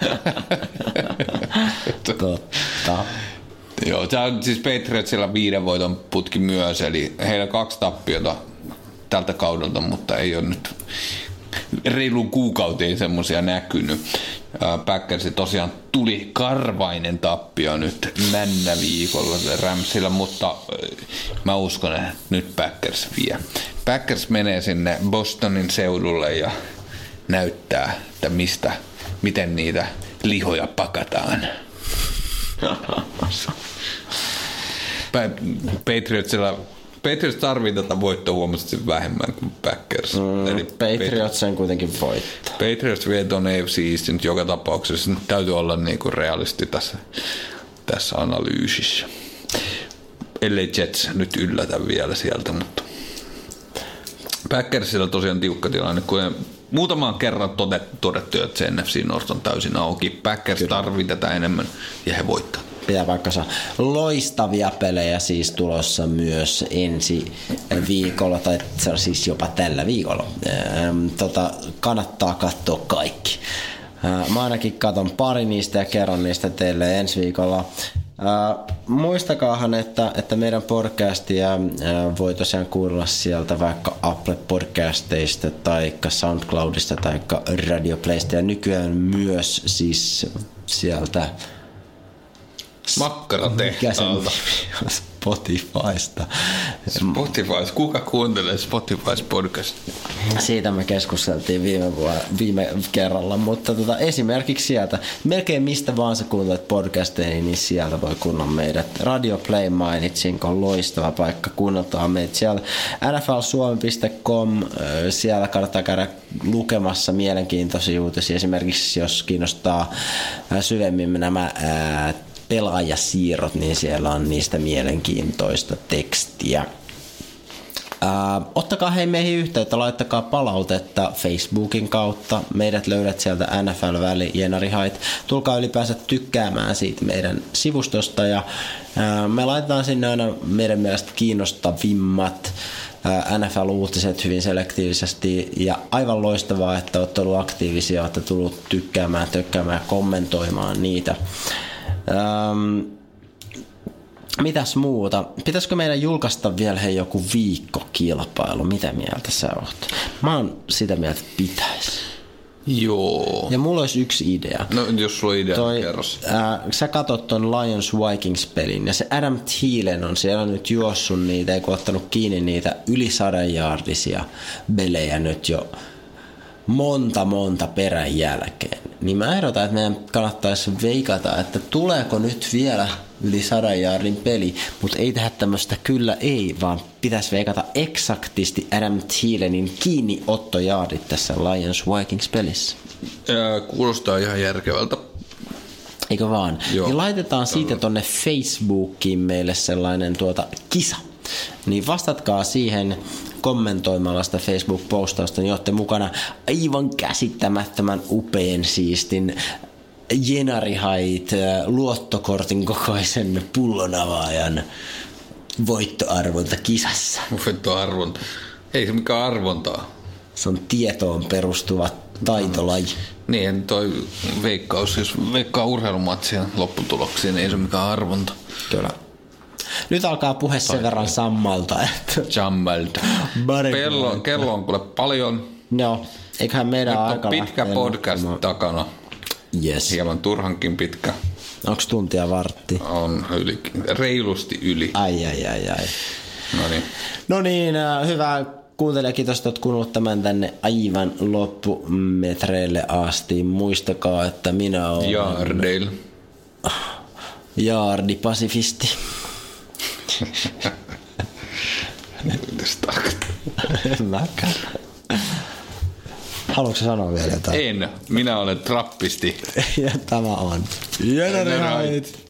Totta. Joo, tämä on siis Patriotsilla 5 voiton putki myös, eli heillä 2 tappiota tältä kaudelta, mutta ei ole nyt reilun kuukauteen semmoisia näkynyt. Packersi tosiaan tuli karvainen tappio nyt männäviikolla Ramsilla, mutta mä uskon, että nyt Packers vie. Packers menee sinne Bostonin seudulle ja näyttää, että miten niitä lihoja pakataan. Patriots tarvii tätä voittoa huomattavasti vähemmän kuin Packers. Eli Patriots sen kuitenkin voittaa. Patriots vie tuon AFC East nyt joka tapauksessa. Nyt täytyy olla niinku realisti tässä analyysissä. Ellei Jets nyt yllätä vielä sieltä, mutta Packersilla tosiaan tiukka tilanne, kuten muutamaan kerran todettu, että se NFC North on täysin auki. Packers tarvii tätä enemmän ja he voittaa. Pitää paikkansa. Loistavia pelejä siis tulossa myös ensi viikolla, tai siis jopa tällä viikolla. Kannattaa katsoa kaikki. Mä ainakin katon pari niistä ja kerron niistä teille ensi viikolla. Muistakaahan, että meidän podcastia voi tosiaan kuunnella sieltä vaikka Apple Podcasteista tai SoundCloudista tai Radio Playsta ja nykyään myös siis sieltä Makkaratehtaalta. Spotifysta. Spotifys. Kuka kuuntelee Spotifys podcast? Siitä me keskusteltiin viime kerralla, mutta esimerkiksi sieltä, melkein mistä vaan sä kuuntelet podcasteja, niin sieltä voi kuunnella meidät. Radio Play mainitsinko, loistava paikka, kuunneltaan meitä siellä. nflsuomi.com, siellä kannattaa käydä lukemassa mielenkiintoisia uutisia, esimerkiksi jos kiinnostaa syvemmin nämä pelaajasiirrot, niin siellä on niistä mielenkiintoista tekstiä. Ottakaa meihin yhteyttä, laittakaa palautetta Facebookin kautta. Meidät löydät sieltä NFL Valley Jenarihait. Tulkaa ylipäänsä tykkäämään siitä meidän sivustosta ja me laitetaan sinne aina meidän mielestä kiinnostavimmat NFL-uutiset hyvin selektiivisesti ja aivan loistavaa, että olette ollut aktiivisia, olette tullut tykkäämään, tökkäämään ja kommentoimaan niitä. Mitäs muuta? Pitäisikö meidän julkaista vielä joku viikkokilpailu? Mitä mieltä sä oot? Mä oon sitä mieltä, että pitäisi. Joo. Ja mulla olisi yksi idea. No jos sulla on idea, kerros. Sä katot ton Lions Vikings-pelin ja se Adam Thielen on siellä nyt juossut niitä, eikö ottanut kiinni niitä yli 100 yardisia belejä nyt jo monta perän jälkeen. Niin mä ehdotan, että meidän kannattaisi veikata, että tuleeko nyt vielä yli 100 yardin peli, mutta ei tehdä tämmöistä kyllä ei, vaan pitäisi veikata eksaktisti Adam Thielenin kiinniottojaardit tässä Lions Vikings-pelissä. Kuulostaa ihan järkevältä. Eikö vaan? Joo, niin laitetaan siitä tonne Facebookiin meille sellainen kisa. Niin vastatkaa siihen kommentoimalla sitä Facebook-postausta, niin olette mukana aivan käsittämättömän upean siistin Jenarihait luottokortin kokoisen pullonavaajan voittoarvonta kisassa. Voittoarvonta. Ei se mikään arvontaa. Se on tietoon perustuva taitolaji. Niin, toi veikkaus, jos veikkaa urheilumatsien lopputuloksiin, niin ei se mikään arvonta. Kyllä. Nyt alkaa puhe sen verran sammalta. Jammalta. Kello on kuule paljon. Joo, eiköhän meidän aika pitkä podcast takana. Yes. Hieman turhankin pitkä. Onks tuntia vartti? On reilusti yli. Ai. No niin, hyvä kuuntelija, kiitos, että olet kuunnellut tämän tänne aivan loppumetreille asti. Muistakaa, että minä olen Jaardeil. Jaardi-pasifisti. Mäkään. Haluatko sanoa vielä jotain? En. Minä olen trappisti. Ja tämä on Jenarihait.